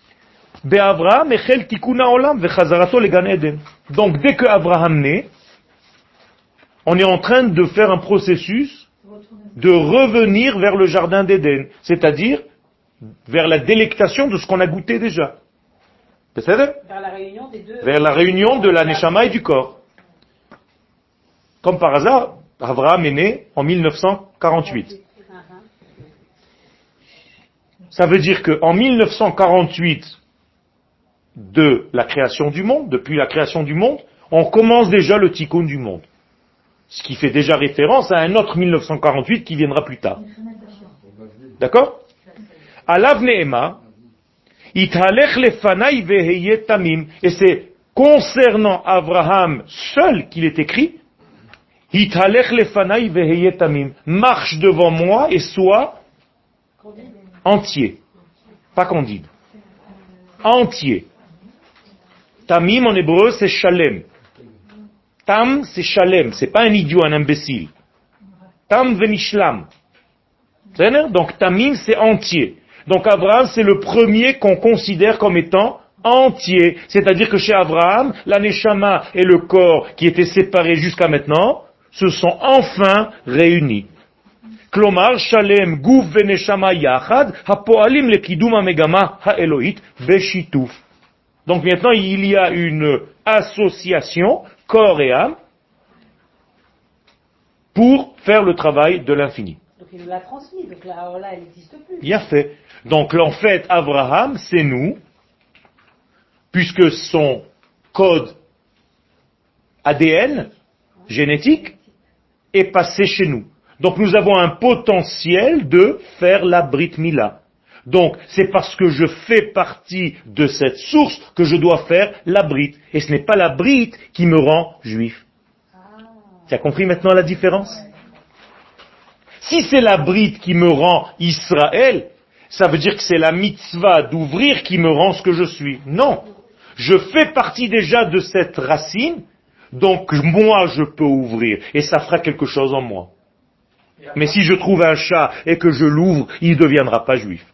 Donc dès que Abraham naît, on est en train de faire un processus de revenir vers le jardin d'Éden, c'est-à-dire vers la délectation de ce qu'on a goûté déjà. C'est ça? Vers la réunion des deux. Vers la réunion de la neshama et du corps. Comme par hasard, Abraham est né en 1948. Ça veut dire qu'en 1948, de la création du monde, depuis la création du monde, on commence déjà le tikkun du monde. Ce qui fait déjà référence à un autre 1948 qui viendra plus tard. D'accord? Alav ne'ema, ithalech lefanai veheye tamim. Et c'est concernant Abraham seul qu'il est écrit, ithalech lefanai veheye tamim. Marche devant moi et sois entier. Pas candide. Entier. Tamim en hébreu c'est shalem. Tam c'est shalem. C'est pas un idiot, un imbécile. Tam venishlam. Donc tamim c'est entier. Donc Abraham c'est le premier qu'on considère comme étant entier. C'est-à-dire que chez Abraham, la neshama et le corps qui étaient séparés jusqu'à maintenant se sont enfin réunis. Klomar shalem guf veneshama yachad hapoalim lekidum hamegama haeloit beshituf. Donc maintenant il y a une association corps et âme pour faire le travail de l'infini. Donc il nous l'a transmis, donc là, elle n'existe plus. Bien fait. Donc en fait, Abraham, c'est nous, puisque son code ADN génétique est passé chez nous. Donc nous avons un potentiel de faire la Brit Mila. Donc c'est parce que je fais partie de cette source que je dois faire la Brit. Et ce n'est pas la Brit qui me rend juif. Tu as compris maintenant la différence? Si c'est la Brit qui me rend Israël, ça veut dire que c'est la mitzvah d'ouvrir qui me rend ce que je suis. Non. Je fais partie déjà de cette racine, donc moi je peux ouvrir. Et ça fera quelque chose en moi. Mais si je trouve un chat et que je l'ouvre, il ne deviendra pas juif.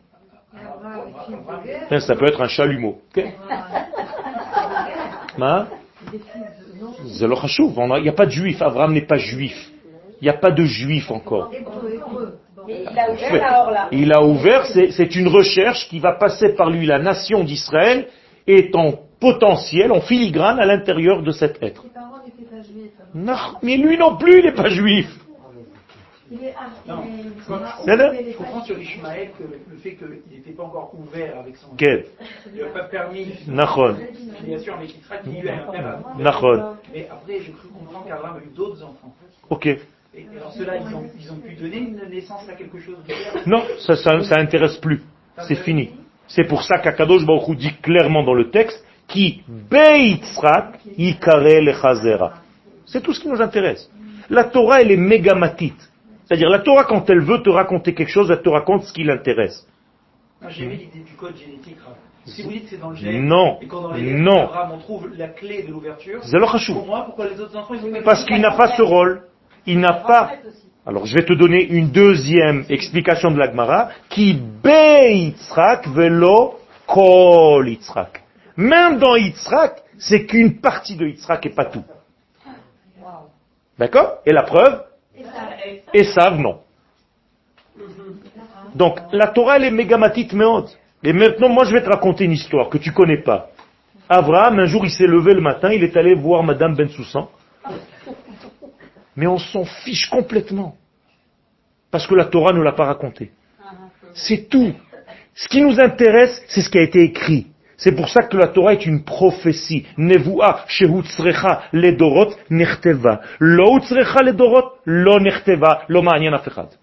Ça peut être un chalumeau. Okay? Il n'y a pas de juif. Abraham n'est pas juif. Il n'y a pas de juif encore. Il a ouvert, c'est une recherche qui va passer par lui. La nation d'Israël est en potentiel, en filigrane à l'intérieur de cet être. Non, mais lui non plus, il n'est pas juif. Je comprends sur Ishmaël que le fait qu'il n'était pas encore ouvert avec son père, il n'a pas permis une filiation avec Yitzhak qui lui a un père. Mais après, j'ai cru comprendre qu'Abraham a eu d'autres enfants. Ok. Et alors ceux-là, ils ont pu donner une naissance à quelque chose de clair. Non, ça intéresse plus. C'est fini. C'est pour ça qu'Akadosh Baruch Hu dit clairement dans le texte qui Beitzrak Yikare Lechazera. C'est tout ce qui nous intéresse. La Torah, elle est mégamatite. C'est-à-dire, la Torah, quand elle veut te raconter quelque chose, elle te raconte ce qui l'intéresse. J'ai vu l'idée du code génétique. Si vous dites que c'est dans le gène, et quand dans les lettres d'Abraham, on trouve la clé de l'ouverture, pour moi, pourquoi les autres enfants, ils ont pas... Parce qu'il n'a pas ce rôle. Il n'a pas... Alors, je vais te donner une deuxième explication de la Gemara, qui Yitzhak velo kol Yitzhak. Même dans Yitzhak, c'est qu'une partie de Yitzhak et pas tout. D'accord? Et la preuve? Esav, non. Donc, la Torah, elle est mégamatite meod. Et maintenant, moi, je vais te raconter une histoire que tu connais pas. Abraham, un jour, il s'est levé le matin, il est allé voir Madame Ben Soussan. Mais on s'en fiche complètement. Parce que la Torah ne l'a pas raconté. C'est tout. Ce qui nous intéresse, c'est ce qui a été écrit. C'est pour ça que la Torah est une prophétie. Nevuah shehutzrecha ledorot nechteva. Lo utzrecha ledorot lo nechteva lo ma'anyan af echad.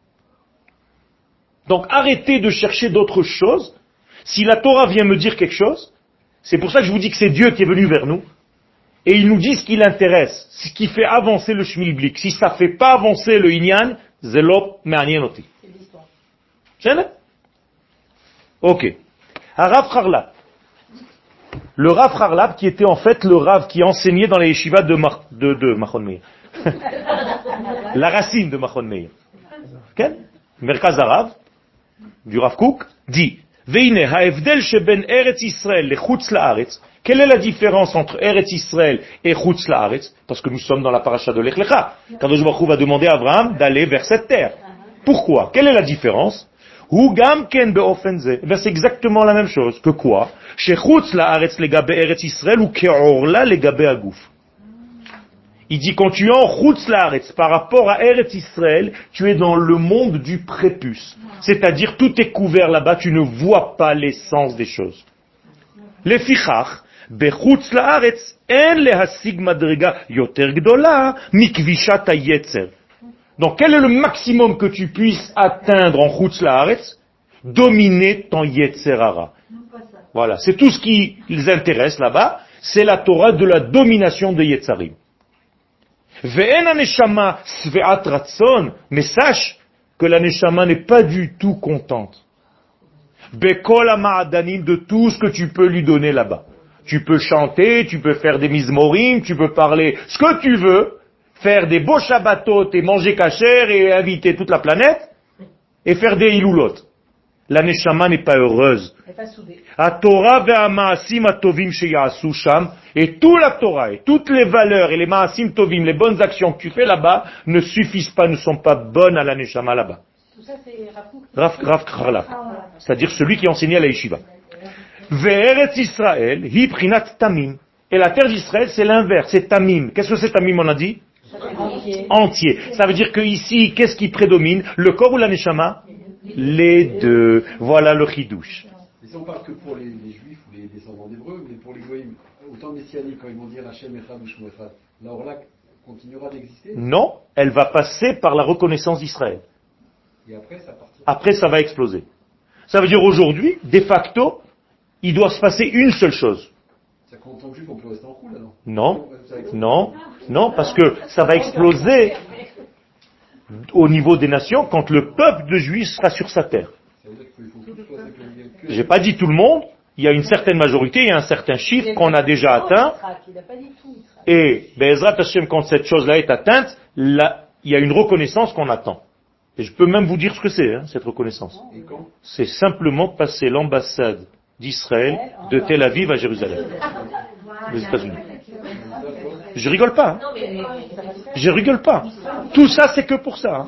Donc arrêtez de chercher d'autres choses. Si la Torah vient me dire quelque chose, c'est pour ça que je vous dis que c'est Dieu qui est venu vers nous. Et il nous dit ce qui l'intéresse, ce qui fait avancer le shmilblik. Si ça ne fait pas avancer le inyan, zelo ma'anyan oti. C'est l'histoire. C'est ok. Rav Harlap. Le Rav Harlap qui était en fait le Rav qui enseignait dans les yeshivas de Machon Meir. La racine de Machon Meir. Merkaz Harav, du Rav Kook, dit Veine ha'evdel sheben Eretz Israël le Chutz la'aretz. Quelle est la différence entre Eretz Israël et Chutz la'aretz? Parce que nous sommes dans la paracha de Lech Lecha. Kadosh Baruch Hu va demander à Abraham d'aller vers cette terre. Pourquoi? Quelle est la différence? Hu gam ken beofen ze. Eh bien, c'est exactement la même chose. Que quoi? Shechutz la'aretz legabe Eretz Israël ou ke'orla legabe aguf. Il dit, quand tu es en chutz la'aretz, par rapport à Eretz Israël, tu es dans le monde du prépuce. C'est-à-dire, tout est couvert là-bas, tu ne vois pas l'essence des choses. Lefichach, bechutz la'aretz, en lehasig madrega yoter gdola, mikvishat hayetzer. Donc, quel est le maximum que tu puisses atteindre en chutz la'aretz? Dominer ton yetzer hara. Voilà, c'est tout ce qui les intéresse là-bas, c'est la Torah de la domination de Yetzarim. Mais sache que la neshama n'est pas du tout contente. Bekol ha'ma'adanim, de tout ce que tu peux lui donner là-bas. Tu peux chanter, tu peux faire des mizmorim, tu peux parler ce que tu veux, faire des beaux shabbatot et manger kasher et inviter toute la planète, et faire des ilulot. La neshama n'est pas heureuse. Et toute la Torah, et toutes les valeurs, et les ma'asim tovim, les bonnes actions que tu fais là-bas, ne suffisent pas, ne sont pas bonnes à la neshama là-bas. Tout ça, c'est Rav Krala. C'est-à-dire celui qui enseignait à la yeshiva. Ve'eretz Israël, hi prinat tamim. Et la terre d'Israël, c'est l'inverse, c'est tamim. Qu'est-ce que c'est tamim, on a dit? Entier. Ça veut dire que ici, qu'est-ce qui prédomine? Le corps ou la neshama? Les deux. Voilà le chidouche. Mais ça, on parle que pour les juifs ou les descendants d'Hébreux, mais pour les goïms, autant messianiques, quand ils vont dire Hachem Echad ou Shmo Echad, la Orla continuera d'exister? Non, elle va passer par la reconnaissance d'Israël. Et après, ça partira. Après, ça va exploser. Ça veut dire aujourd'hui, de facto, il doit se passer une seule chose. Ça compte en tant que juif, on peut rester en roue, là, non? Non, parce que ça va exploser au niveau des nations quand le peuple de juifs sera sur sa terre. J'ai pas dit tout le monde, il y a une certaine majorité, il y a un certain chiffre qu'on a déjà atteint. Et, Be'ezrat Hashem, quand cette chose-là est atteinte, là, il y a une reconnaissance qu'on attend. Et je peux même vous dire ce que c'est, cette reconnaissance. C'est simplement passer l'ambassade d'Israël de Tel Aviv à Jérusalem, aux États-Unis. Je rigole pas. Je rigole pas. Tout ça, c'est que pour ça.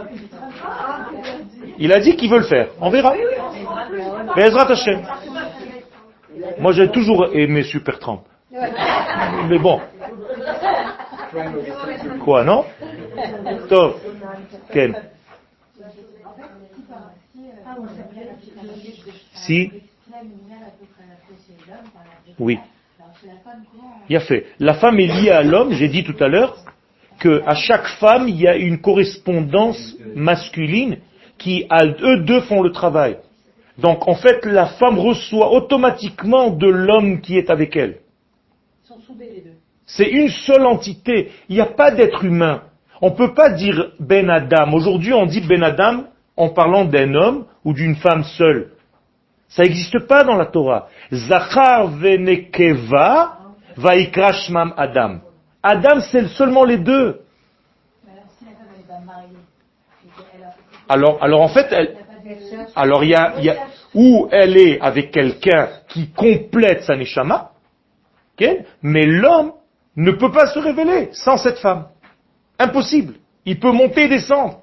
Il a dit qu'il veut le faire. On verra. Be'ezrat Hashem. Moi, j'ai toujours aimé Super Trump. Mais bon. Quoi, non? Tov. Ken. Si. Oui. Il a fait. La femme est liée à l'homme, j'ai dit tout à l'heure, qu'à chaque femme, il y a une correspondance masculine qui, eux deux, font le travail. Donc, en fait, la femme reçoit automatiquement de l'homme qui est avec elle. Ils sont soudés les deux. C'est une seule entité. Il n'y a pas d'être humain. On ne peut pas dire Ben Adam. Aujourd'hui, on dit Ben Adam en parlant d'un homme ou d'une femme seule. Ça n'existe pas dans la Torah. Zachar venekeva vaikra shmam Adam. Adam, c'est seulement les deux. Alors en fait, il y a où elle est avec quelqu'un qui complète sa neshama, okay, mais l'homme ne peut pas se révéler sans cette femme. Impossible. Il peut monter et descendre.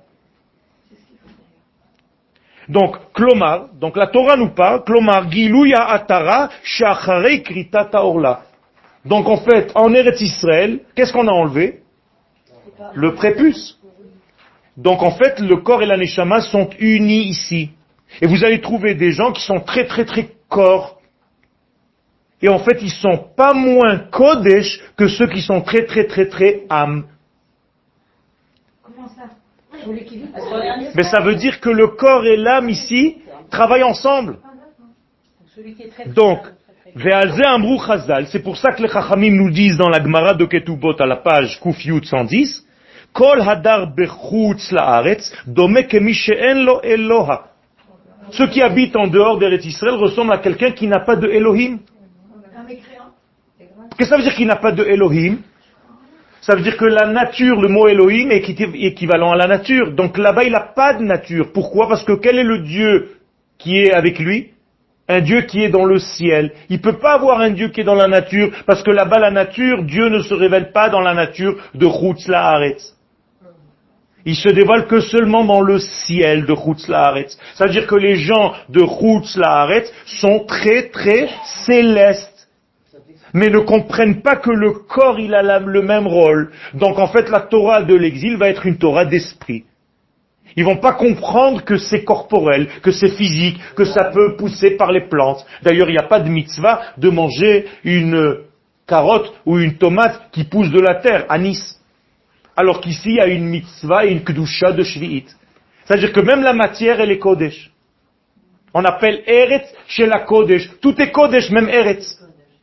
Donc la Torah nous parle, Klomar, Giluya Atara, Shacharei Kritata Orla. Donc en fait, en Eretz Israël, qu'est-ce qu'on a enlevé? Le prépuce. Donc en fait, le corps et la neshama sont unis ici. Et vous allez trouver des gens qui sont très très très corps. Et en fait, ils sont pas moins kodesh que ceux qui sont très très très très âme. Comment ça? Mais ça veut dire que le corps et l'âme ici travaillent ensemble. Donc, Ve'alze Amrou Chazal, c'est pour ça que les Chachamim nous disent dans la Gemara de Ketubot à la page Kuf Yud 110, Kol hadar bechutz la'aretz, dome kemi she'en lo Eloha. Ceux qui habitent en dehors d'Eretz Israël ressemblent à quelqu'un qui n'a pas de Elohim. Qu'est-ce que ça veut dire qu'il n'a pas de Elohim? Ça veut dire que la nature, le mot Elohim est équivalent à la nature. Donc là-bas, il n'a pas de nature. Pourquoi? Parce que quel est le Dieu qui est avec lui? Un Dieu qui est dans le ciel. Il ne peut pas avoir un Dieu qui est dans la nature, parce que là-bas, la nature, Dieu ne se révèle pas dans la nature de Chutz La'aretz. Il se dévoile que seulement dans le ciel de Chutz La'aretz. C'est-à-dire que les gens de Chutz La'aretz sont très très célestes, mais ne comprennent pas que le corps il a le même rôle. Donc en fait la Torah de l'exil va être une Torah d'esprit. Ils vont pas comprendre que c'est corporel, que c'est physique, que ça peut pousser par les plantes. D'ailleurs il n'y a pas de mitzvah de manger une carotte ou une tomate qui pousse de la terre à Nice. Alors qu'ici, il y a une mitzvah et une kedusha de shvi'it. C'est-à-dire que même la matière, elle est kodesh. On appelle Eretz chez la kodesh. Tout est kodesh, même Eretz.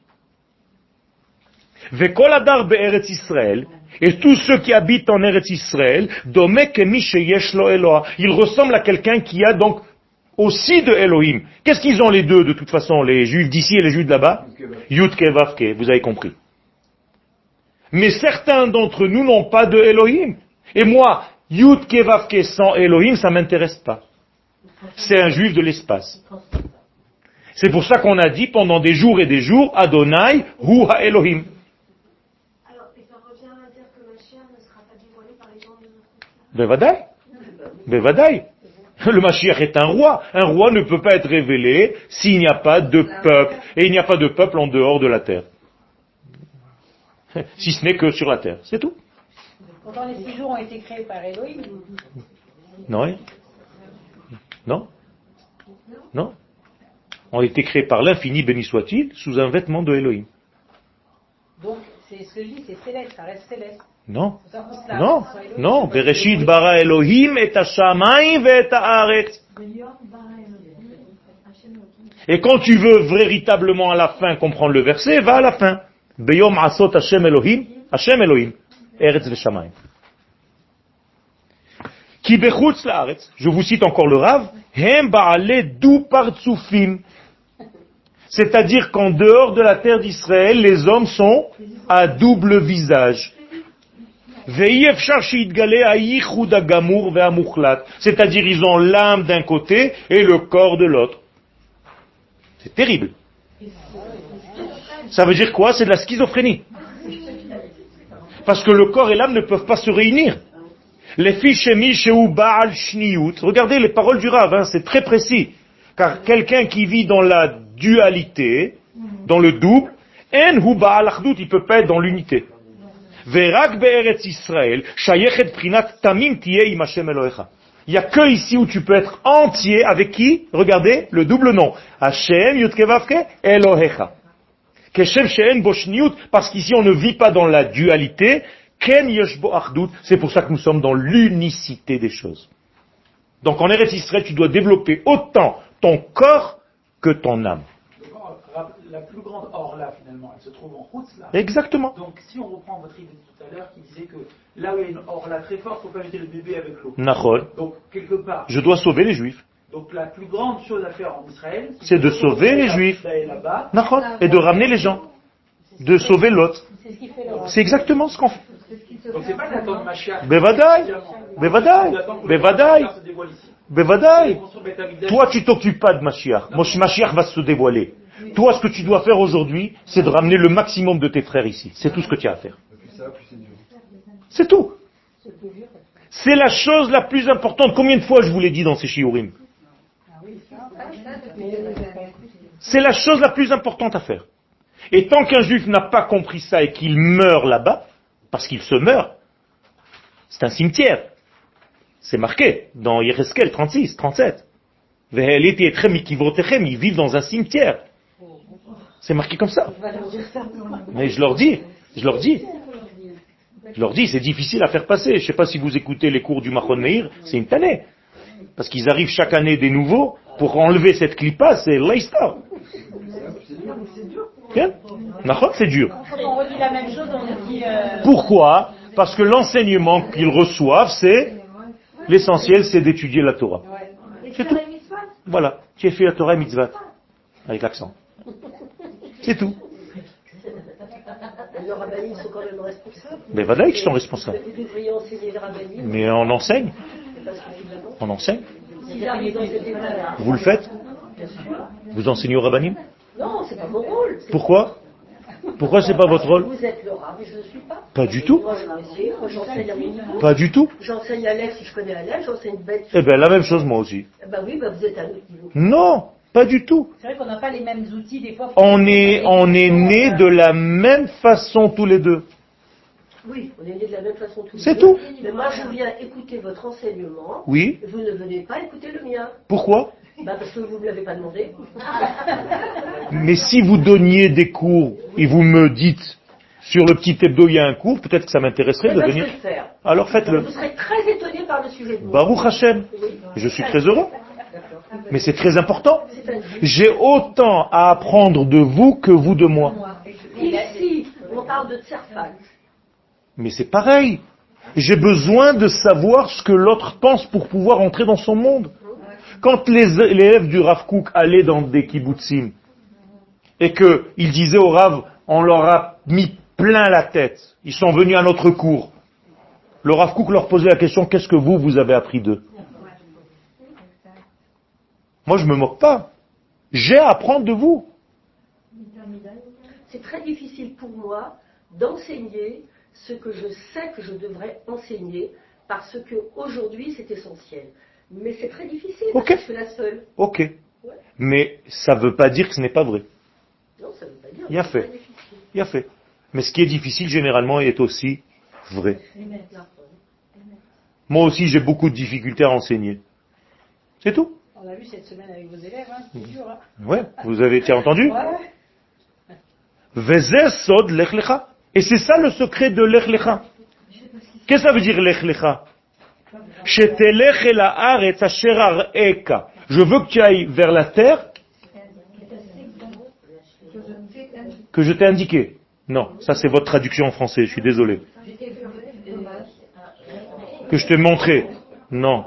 Vekol adar be'eretz Israël. Et tous ceux qui habitent en Eretz Israël, domé kemi sheyesh lo Eloah. Ils ressemblent à quelqu'un qui a donc aussi de Elohim. Qu'est-ce qu'ils ont les deux, de toute façon, les juifs d'ici et les juifs de là-bas? Yud ke vav ke, vous avez compris. Mais certains d'entre nous n'ont pas de Elohim. Et moi, Yud Kevavke sans Elohim, ça m'intéresse pas. C'est un juif de l'espace. C'est pour ça qu'on a dit pendant des jours et des jours, Adonai hu ha-Elohim. Alors, et ça revient à dire que Mashiach ne sera pas dévoilé par les gens de notre Bevadaï. Bevadaï. Le Mashiach est un roi. Un roi ne peut pas être révélé s'il n'y a pas de peuple. Et il n'y a pas de peuple en dehors de la terre. Si ce n'est que sur la terre, c'est tout. Pourtant les 6 jours ont été créés par Elohim. Non. Non. Non. Ont été créés par l'infini, béni soit-il, sous un vêtement de Elohim. Donc c'est ce que je dis, c'est céleste, ça reste céleste. Non. Non. Non. Bereshit bara Elohim et hashamayim et haaretz. Et quand tu veux véritablement à la fin comprendre le verset, va à la fin. Beyom asot Hashem Elohim, Eretz v'shamayim. Ki bechutz la'aretz, je vous cite encore le Rav, hem ba'ale du partsufim. C'est-à-dire qu'en dehors de la terre d'Israël, les hommes sont à double visage. Ve'yefshar she'itgale ha'ichud ha'gamur ve'amuchlat. C'est-à-dire ils ont l'âme d'un côté et le corps de l'autre. C'est terrible. Ça veut dire quoi? C'est de la schizophrénie. Parce que le corps et l'âme ne peuvent pas se réunir. Les fichemi sheu ba'al shniyut. Regardez les paroles du Rav, c'est très précis. Car quelqu'un qui vit dans la dualité, dans le double, en hu ba'al achdut, il peut pas être dans l'unité. Verak be'eretz Israël, shayechet prinat tamim tiye im Hashem Elohecha. Il n'y a que ici où tu peux être entier avec qui? Regardez, le double nom. Hashem yud kevavke Elohecha. Parce qu'ici on ne vit pas dans la dualité, c'est pour ça que nous sommes dans l'unicité des choses. Donc en Eretz Israël, tu dois développer autant ton corps que ton âme. La plus grande orla finalement, elle se trouve en route là. Exactement. Donc si on reprend votre idée tout à l'heure qui disait que là où il y a une orla très forte, il ne faut pas jeter le bébé avec l'eau. Nachol. Donc quelque part. Je dois sauver les Juifs. Donc la plus grande chose à faire en Israël, c'est de sauver les Juifs. Nachol. Et de ramener les gens. De sauver l'autre. C'est exactement ce qu'on fait. Donc c'est pas d'attendre Mashiach. Bevadaï. Bevadaï. Bevadaï. Bevadaï. Toi, tu t'occupes pas de Mashiach. Mashiach va se dévoiler. Toi, ce que tu dois faire aujourd'hui, c'est de ramener le maximum de tes frères ici. C'est tout ce que tu as à faire. C'est tout. C'est la chose la plus importante. Combien de fois je vous l'ai dit dans ces shiurim? C'est la chose la plus importante à faire. Et tant qu'un juif n'a pas compris ça et qu'il meurt là-bas, parce qu'il se meurt, c'est un cimetière. C'est marqué dans Yecheskel 36, 37. Ils vivent dans un cimetière. C'est marqué comme ça. Mais je leur dis, c'est difficile à faire passer. Je ne sais pas si vous écoutez les cours du Machon Meir, c'est une tannée. Parce qu'ils arrivent chaque année des nouveaux, pour enlever cette clipa, c'est l'histoire. C'est dur. On redit la même chose, on dit... Pourquoi? Parce que l'enseignement qu'ils reçoivent, c'est l'essentiel, c'est d'étudier la Torah. C'est tout. Voilà. Tu as fait la Torah et mitzvah. Avec l'accent. C'est tout. Les rabbins sont quand même responsables. Mais voilà qu'ils sont responsables. Vous devriez enseigner les rabbins. Mais on enseigne. On enseigne. Vous le faites? Vous enseignez aux rabbinim? Non, c'est pas mon rôle. Pourquoi? Pourquoi c'est pas votre rôle? Vous êtes le Rav et je ne le suis pas. Pas du tout. Moi, j'enseigne à mon niveau. Pas du tout. J'enseigne à Alex si je connais Alex, j'enseigne Beth. Eh bien, la même chose moi aussi. Oui, vous êtes à un autre niveau. Non, pas du tout. C'est vrai qu'on n'a pas les mêmes outils des fois. On est nés de la même façon tous les deux. Oui, on est nés de la même façon tous les deux. C'est tout. Mais moi, je viens écouter votre enseignement. Oui. Vous ne venez pas écouter le mien. Pourquoi? Parce que vous ne me l'avez pas demandé. Mais si vous donniez des cours et vous me dites, sur le petit hebdo il y a un cours, peut-être que ça m'intéresserait de venir. Je vais le faire. Alors faites-le. Vous serez très étonné par le sujet de moi. Baruch Hashem. Je suis très heureux. Mais c'est très important. J'ai autant à apprendre de vous que vous de moi. Ici, on parle de Tzerfat. Mais c'est pareil. J'ai besoin de savoir ce que l'autre pense pour pouvoir entrer dans son monde. Quand les élèves du Rav Kook allaient dans des kibbutzim et qu'ils disaient au Rav, on leur a mis plein la tête, ils sont venus à notre cours. Le Rav Kook leur posait la question, qu'est-ce que vous avez appris d'eux? Moi je me moque pas. J'ai à apprendre de vous. C'est très difficile pour moi d'enseigner ce que je sais que je devrais enseigner parce que aujourd'hui c'est essentiel. Mais c'est très difficile parce que je suis la seule. Ok. Ouais. Mais ça ne veut pas dire que ce n'est pas vrai. Non, ça ne veut pas dire. Il y a fait. Il y a fait. Mais ce qui est difficile généralement est aussi vrai. Moi aussi j'ai beaucoup de difficultés à enseigner. C'est tout. On l'a vu cette semaine avec vos élèves, hein, c'est dur. Hein. Ouais, vous avez entendu? Vezeh sod lech lecha. Et c'est ça le secret de lech lecha. Qu'est-ce que ça veut dire lech lecha? Je veux que tu ailles vers la terre que je t'ai indiqué. Non, ça c'est votre traduction en français, je suis désolé. Que je t'ai montré. Non.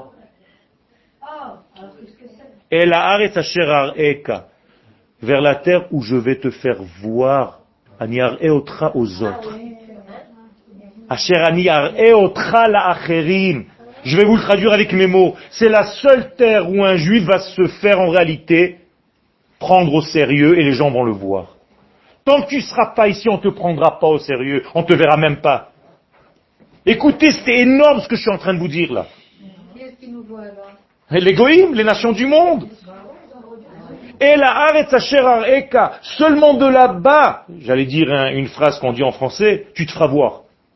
Et la aretz asher ar'eka, vers la terre où je vais te faire voir. Ani ar'eotra aux autres. Asher ani ar'eotra la acherim. Je vais vous le traduire avec mes mots. C'est la seule terre où un juif va se faire en réalité prendre au sérieux et les gens vont le voir. Tant que tu ne seras pas ici, on ne te prendra pas au sérieux. On ne te verra même pas. Écoutez, c'était énorme ce que je suis en train de vous dire là. Qui est-ce qui nous voit alors? Les goïms, les nations du monde. Et la Haaretz Asher Ar'eka, seulement de là-bas, j'allais dire une phrase qu'on dit en français, tu te feras voir.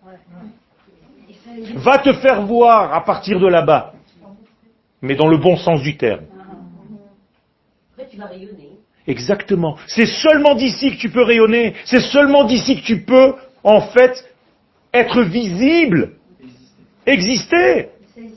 Va te faire voir à partir de là-bas. Mais dans le bon sens du terme. Après, tu vas rayonner. Exactement. C'est seulement d'ici que tu peux rayonner. C'est seulement d'ici que tu peux, en fait, être visible. Exister.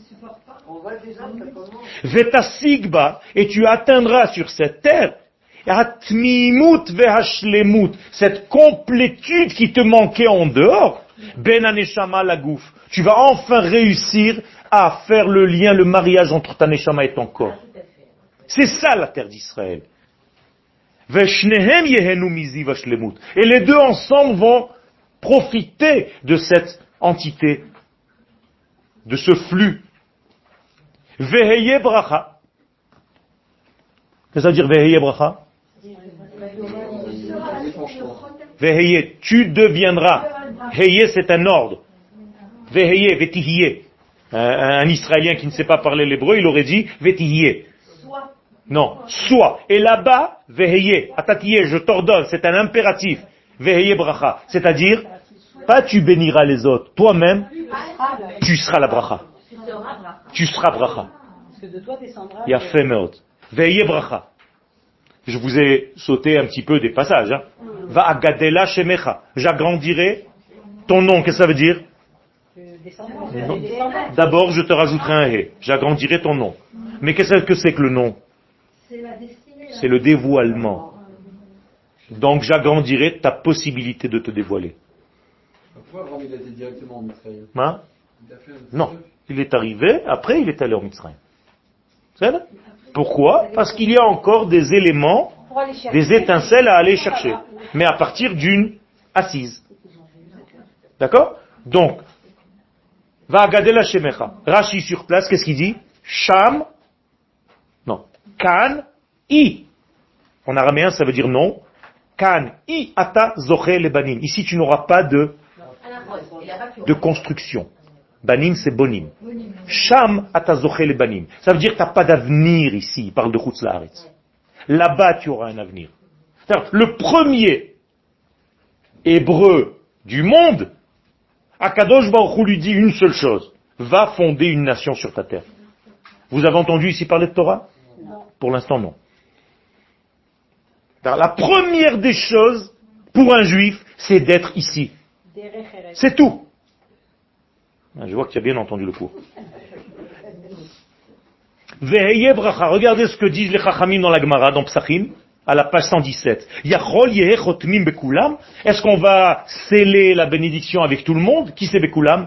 Vetasigba, et tu atteindras sur cette terre Atmimut vehashlemut, cette complétude qui te manquait en dehors. Ben aneshama la gouf. Tu vas enfin réussir à faire le lien, le mariage entre ta neshama et ton corps. C'est ça la terre d'Israël. Veshnehem yehenu mizi vashlemut. Et les deux ensemble vont profiter de cette entité, de ce flux. Veheye bracha. Qu'est-ce que ça veut dire Veheye bracha? Veheye, tu deviendras. Heye, c'est un ordre. Veheye, vetihiye. Un Israélien qui ne sait pas parler l'hébreu, il aurait dit vetihiye. Non, sois. Et là-bas, veheye, atatiye, je t'ordonne, c'est un impératif. Veheye bracha. C'est-à-dire, pas tu béniras les autres, toi-même, tu seras la bracha. Tu seras bracha. Il y a fait meot. Veillez bracha. Je vous ai sauté un petit peu des passages. Hein. Va agadela shemecha. J'agrandirai ton nom. Qu'est-ce que ça veut dire? D'abord, je te rajouterai un he. J'agrandirai ton nom. Mais qu'est-ce que c'est que le nom? C'est le dévoilement. Donc, j'agrandirai ta possibilité de te dévoiler. Pourquoi Abraham il a été directement en Israël? Hein? Non. Il est arrivé, après il est allé en Mitzrayim. C'est ça? Pourquoi? Parce qu'il y a encore des éléments, des étincelles à aller chercher. Mais à partir d'une assise. D'accord? Donc, va agadela shemecha. Rashi sur place, qu'est-ce qu'il dit? Sham, non. Kan, I. En araméen, ça veut dire non. Kan, I ata zoche le banim. Ici, tu n'auras pas de construction. Banim, c'est bonim. Sham ata zoche le banim. Ça veut dire que tu n'as pas d'avenir ici. Il parle de Chutz La'aretz. Là-bas, tu auras un avenir. Le premier hébreu du monde, Akadosh Baruch Hu lui dit une seule chose: va fonder une nation sur ta terre. Vous avez entendu ici parler de Torah? Non. Pour l'instant, non. La première des choses pour un juif, c'est d'être ici. C'est tout. Je vois que tu as bien entendu le cours. Veheye bracha. Regardez ce que disent les Chachamim dans la Gemara, dans Psachim, à la page 117. Yachol yehe chotmim bekulam. Est-ce qu'on va sceller la bénédiction avec tout le monde? Qui c'est bekulam?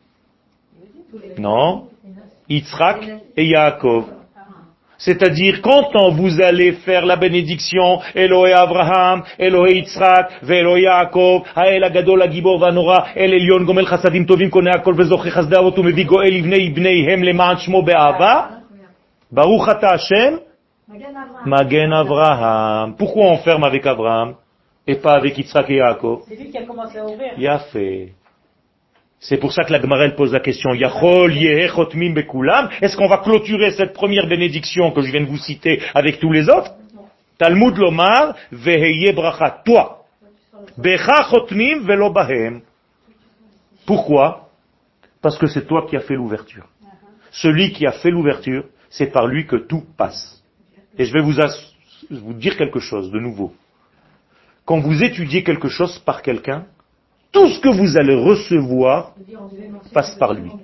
Non. Yitzhak et Yaakov. C'est-à-dire, quand vous allez faire la bénédiction, Elohé Abraham, Elohé Yitzhak, Ve'Elohé Yaakov, Ha'el Agadol Agibor Vanora, El Elyon Gomel Chasadim Tovim Konei Akol Vezoche Chasdei Avot Umevi Goel Ibnei Ibneihem Leman Shmo Be'ava, Baruch Ata Hashem, Magen Avraham. Pourquoi on ferme avec Abraham et pas avec Yitzhak et Yaakov? C'est lui qui a commencé à ouvrir. Yafé. C'est pour ça que la Gemara pose la question, Yachol yehe chotmim bekulam. Est-ce qu'on va clôturer cette première bénédiction que je viens de vous citer avec tous les autres? Talmud lomar veheye bracha. Toi. Becha chotmim velo bahem. Pourquoi? Parce que c'est toi qui as fait l'ouverture. Celui qui a fait l'ouverture, c'est par lui que tout passe. Et je vais vous dire quelque chose de nouveau. Quand vous étudiez quelque chose par quelqu'un, tout ce que vous allez recevoir passe par lui.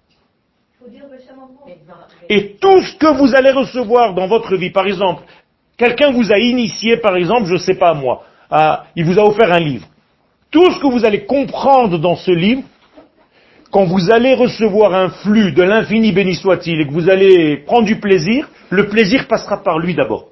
Et tout ce que vous allez recevoir dans votre vie, par exemple, quelqu'un vous a initié, par exemple, je ne sais pas moi, il vous a offert un livre. Tout ce que vous allez comprendre dans ce livre, quand vous allez recevoir un flux de l'infini béni soit-il et que vous allez prendre du plaisir, le plaisir passera par lui d'abord.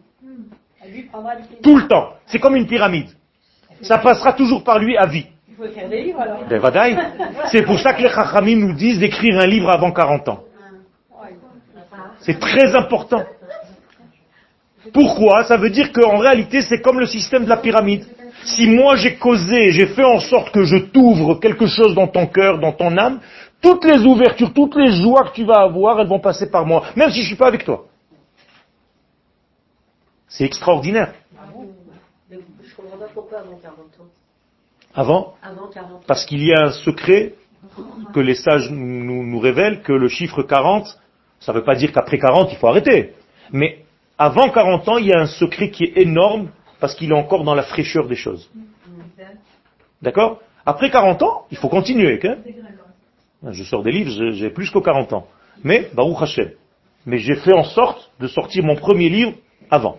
Tout le temps. C'est comme une pyramide. Ça passera toujours par lui à vie. Il faut écrire des livres alors. C'est pour ça que les Chachamim nous disent d'écrire un livre avant 40 ans. C'est très important. Pourquoi? Ça veut dire qu'en réalité, c'est comme le système de la pyramide. Si moi j'ai causé, j'ai fait en sorte que je t'ouvre quelque chose dans ton cœur, dans ton âme, toutes les ouvertures, toutes les joies que tu vas avoir, elles vont passer par moi, même si je ne suis pas avec toi. C'est extraordinaire. Je ne comprends pas pourquoi avant 40 ans. Avant 40 ans. Parce qu'il y a un secret que les sages nous révèlent, que le chiffre 40, ça ne veut pas dire qu'après 40, il faut arrêter. Mais avant 40 ans, il y a un secret qui est énorme, parce qu'il est encore dans la fraîcheur des choses. D'accord? Après 40 ans, il faut continuer. Hein? Je sors des livres, j'ai plus que 40 ans. Mais, Baruch Hashem. Mais j'ai fait en sorte de sortir mon premier livre avant.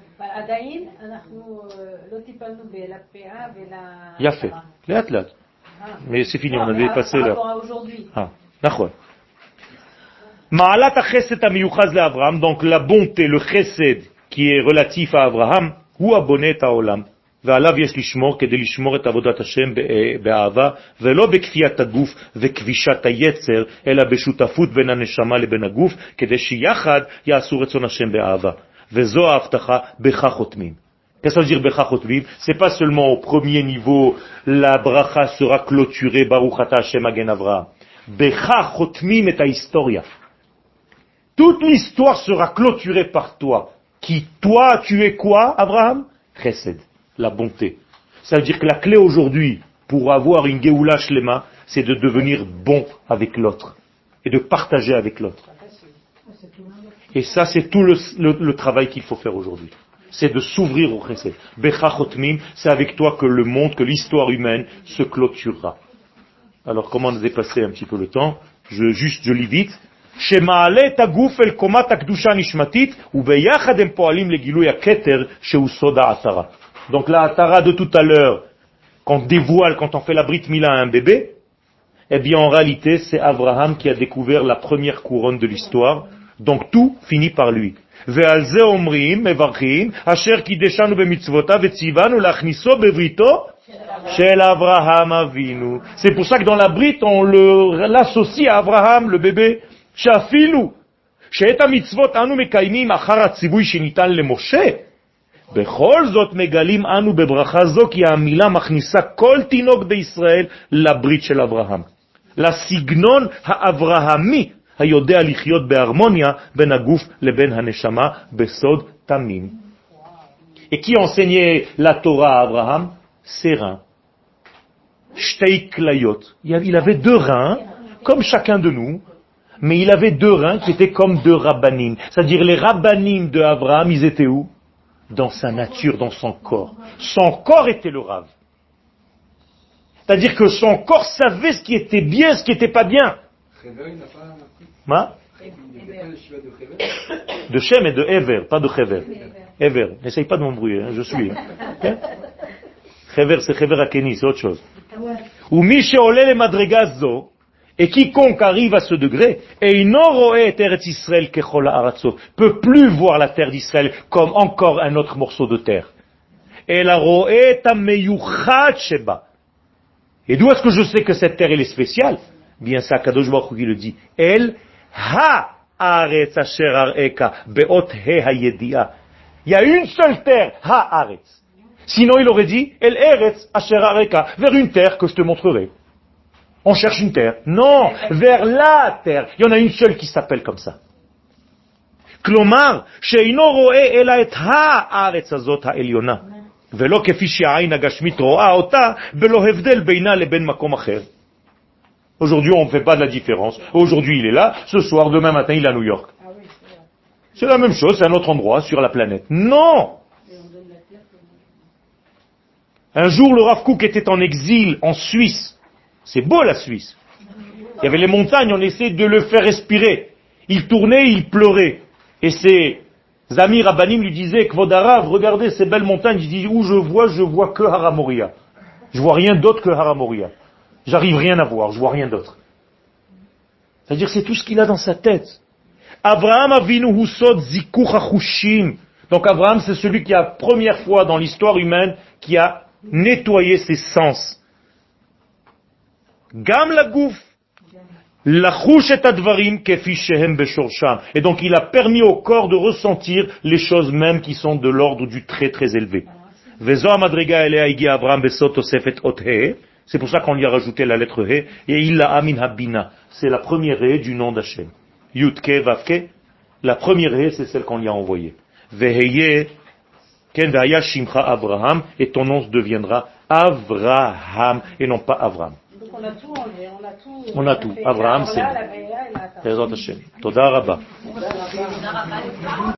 Yafé. Mais c'est fini, on avait passé là. D'accord. Ma'alat ha-chesed ha-miyuchaz le-Avraham, donc la bonté, le chesed qui est relatif à Abraham, הוא הבונה את העולם, ועליו יש לשמור כדי לשמור את עבודת השם באהבה, ולא בכפיית הגוף וכבישת היצר, אלא בשותפות בין הנשמה לבין הגוף, כדי שיחד יעשו רצון השם באהבה. וזו ההבטחה בך חותמים. Qu'est-ce que ça veut dire Becha Chotmim? C'est pas seulement au premier niveau, la bracha sera clôturée, Baruch Ata Hashem Magen Avraham. Becha Chotmim est ta historia. Toute l'histoire sera clôturée par toi. Qui, toi, tu es quoi, Abraham? Chesed, la bonté. Ça veut dire que la clé aujourd'hui, pour avoir une Geoula Shlema, c'est de devenir bon avec l'autre. Et de partager avec l'autre. Et ça, c'est tout le travail qu'il faut faire aujourd'hui. C'est de s'ouvrir au Chesed. Becha Chotmim, c'est avec toi que le monde, que l'histoire humaine se clôturera. Alors, comment dépasser un petit peu le temps? Je lis vite. שמעלה את הגוף אל קומת הקדושה הנשמתית וביחד הם פועלים לגילוי הכתר שהוא סוד העטרה. Donc la atara de tout à l'heure, qu'on dévoile quand on fait la brit mila à un bébé, eh bien en réalité c'est Abraham qui a découvert la première couronne de l'histoire, donc tout finit par lui. ועל זה אומרים, מברכים, אשר קידשנו במצוותיו וציוונו להכניסו בבריתו של אברהם אבינו. C'est pour ça que dans la brit on l'associe à Abraham, le bébé. שאפילו שאת המצוות אנו מקיימים אחר הציווי שניתן למשה, בכל זאת מגלים אנו בברכה זו כי המילה מכניסה כל תינוק בישראל לברית של אברהם. לסגנון האברהמי היודע לחיות בהרמוניה בין הגוף לבין הנשמה בסוד תמים. Et qui enseignait la Torah à Abraham? Ses reins. Shtei klayot. Il avait deux reins, comme chacun de nous, mais il avait deux reins qui étaient comme deux rabbanim. C'est-à-dire les rabbanim de Abraham, ils étaient où? Dans sa nature, dans son corps. Son corps était le rav. C'est-à-dire que son corps savait ce qui était bien, ce qui n'était pas bien. De Shem et de Ever, pas de Chever. Ever, n'essaye pas de m'embrouiller, je suis. Chever, c'est Chever Akeni, c'est autre chose. Ou Mishéolé le Madregazo, et quiconque arrive à ce degré, et Inoroé Eretz Israël kechol haaratzot, peut plus voir la terre d'Israël comme encore un autre morceau de terre. Et la roé tameyuchat sheba. Et d'où est-ce que je sais que cette terre elle est spéciale? Bien ça, Kadosh Baruch Hu qui le dit. El haaretz asher areka beot he hayediah. Il y a une seule terre, haaretz. Sinon il aurait dit El eretz asher areka, vers une terre que je te montrerai. On cherche une terre. Non, vers la terre. Il y en a une seule qui s'appelle comme ça. Klomar, sheino roe ela et haaretz azot ha'elyona. Velo kefi she'ain hagashmit roa ota, belo hevdel beina leben makom acher. Aujourd'hui, on ne fait pas de la différence. Aujourd'hui, il est là. Ce soir, demain matin, il est à New York. C'est la même chose, c'est un autre endroit sur la planète. Non! Un jour, le Rav Kook était en exil en Suisse. C'est beau la Suisse. Il y avait les montagnes, on essayait de le faire respirer. Il tournait, il pleurait. Et ses amis rabbanim lui disaient, Kvod Harav, regardez ces belles montagnes. Il dit, où je vois que Haramoria. Je vois rien d'autre que Haramoria. J'arrive rien à voir, je vois rien d'autre. C'est-à-dire c'est tout ce qu'il a dans sa tête. Abraham avinu husod zikuch hachushim. Donc Abraham c'est celui qui a première fois dans l'histoire humaine qui a nettoyé ses sens. Gam la gouf lachush et advarim kefi shehem beshorsham. Et donc il a permis au corps de ressentir les choses mêmes qui sont de l'ordre du très très élevé. Vezo amadrega elea igi Abraham besot tosefet othe. C'est pour ça qu'on lui a rajouté la lettre He, et il l'a amin habina. C'est la première He du nom d'Hachem. Yutke vavke, la première He, c'est celle qu'on lui a envoyée. Veheye, ken vehaya shimcha Abraham, et ton nom deviendra Avraham, et non pas Avram. Donc on a tout enlevé, on a tout. Avraham, c'est. Toda Rabba.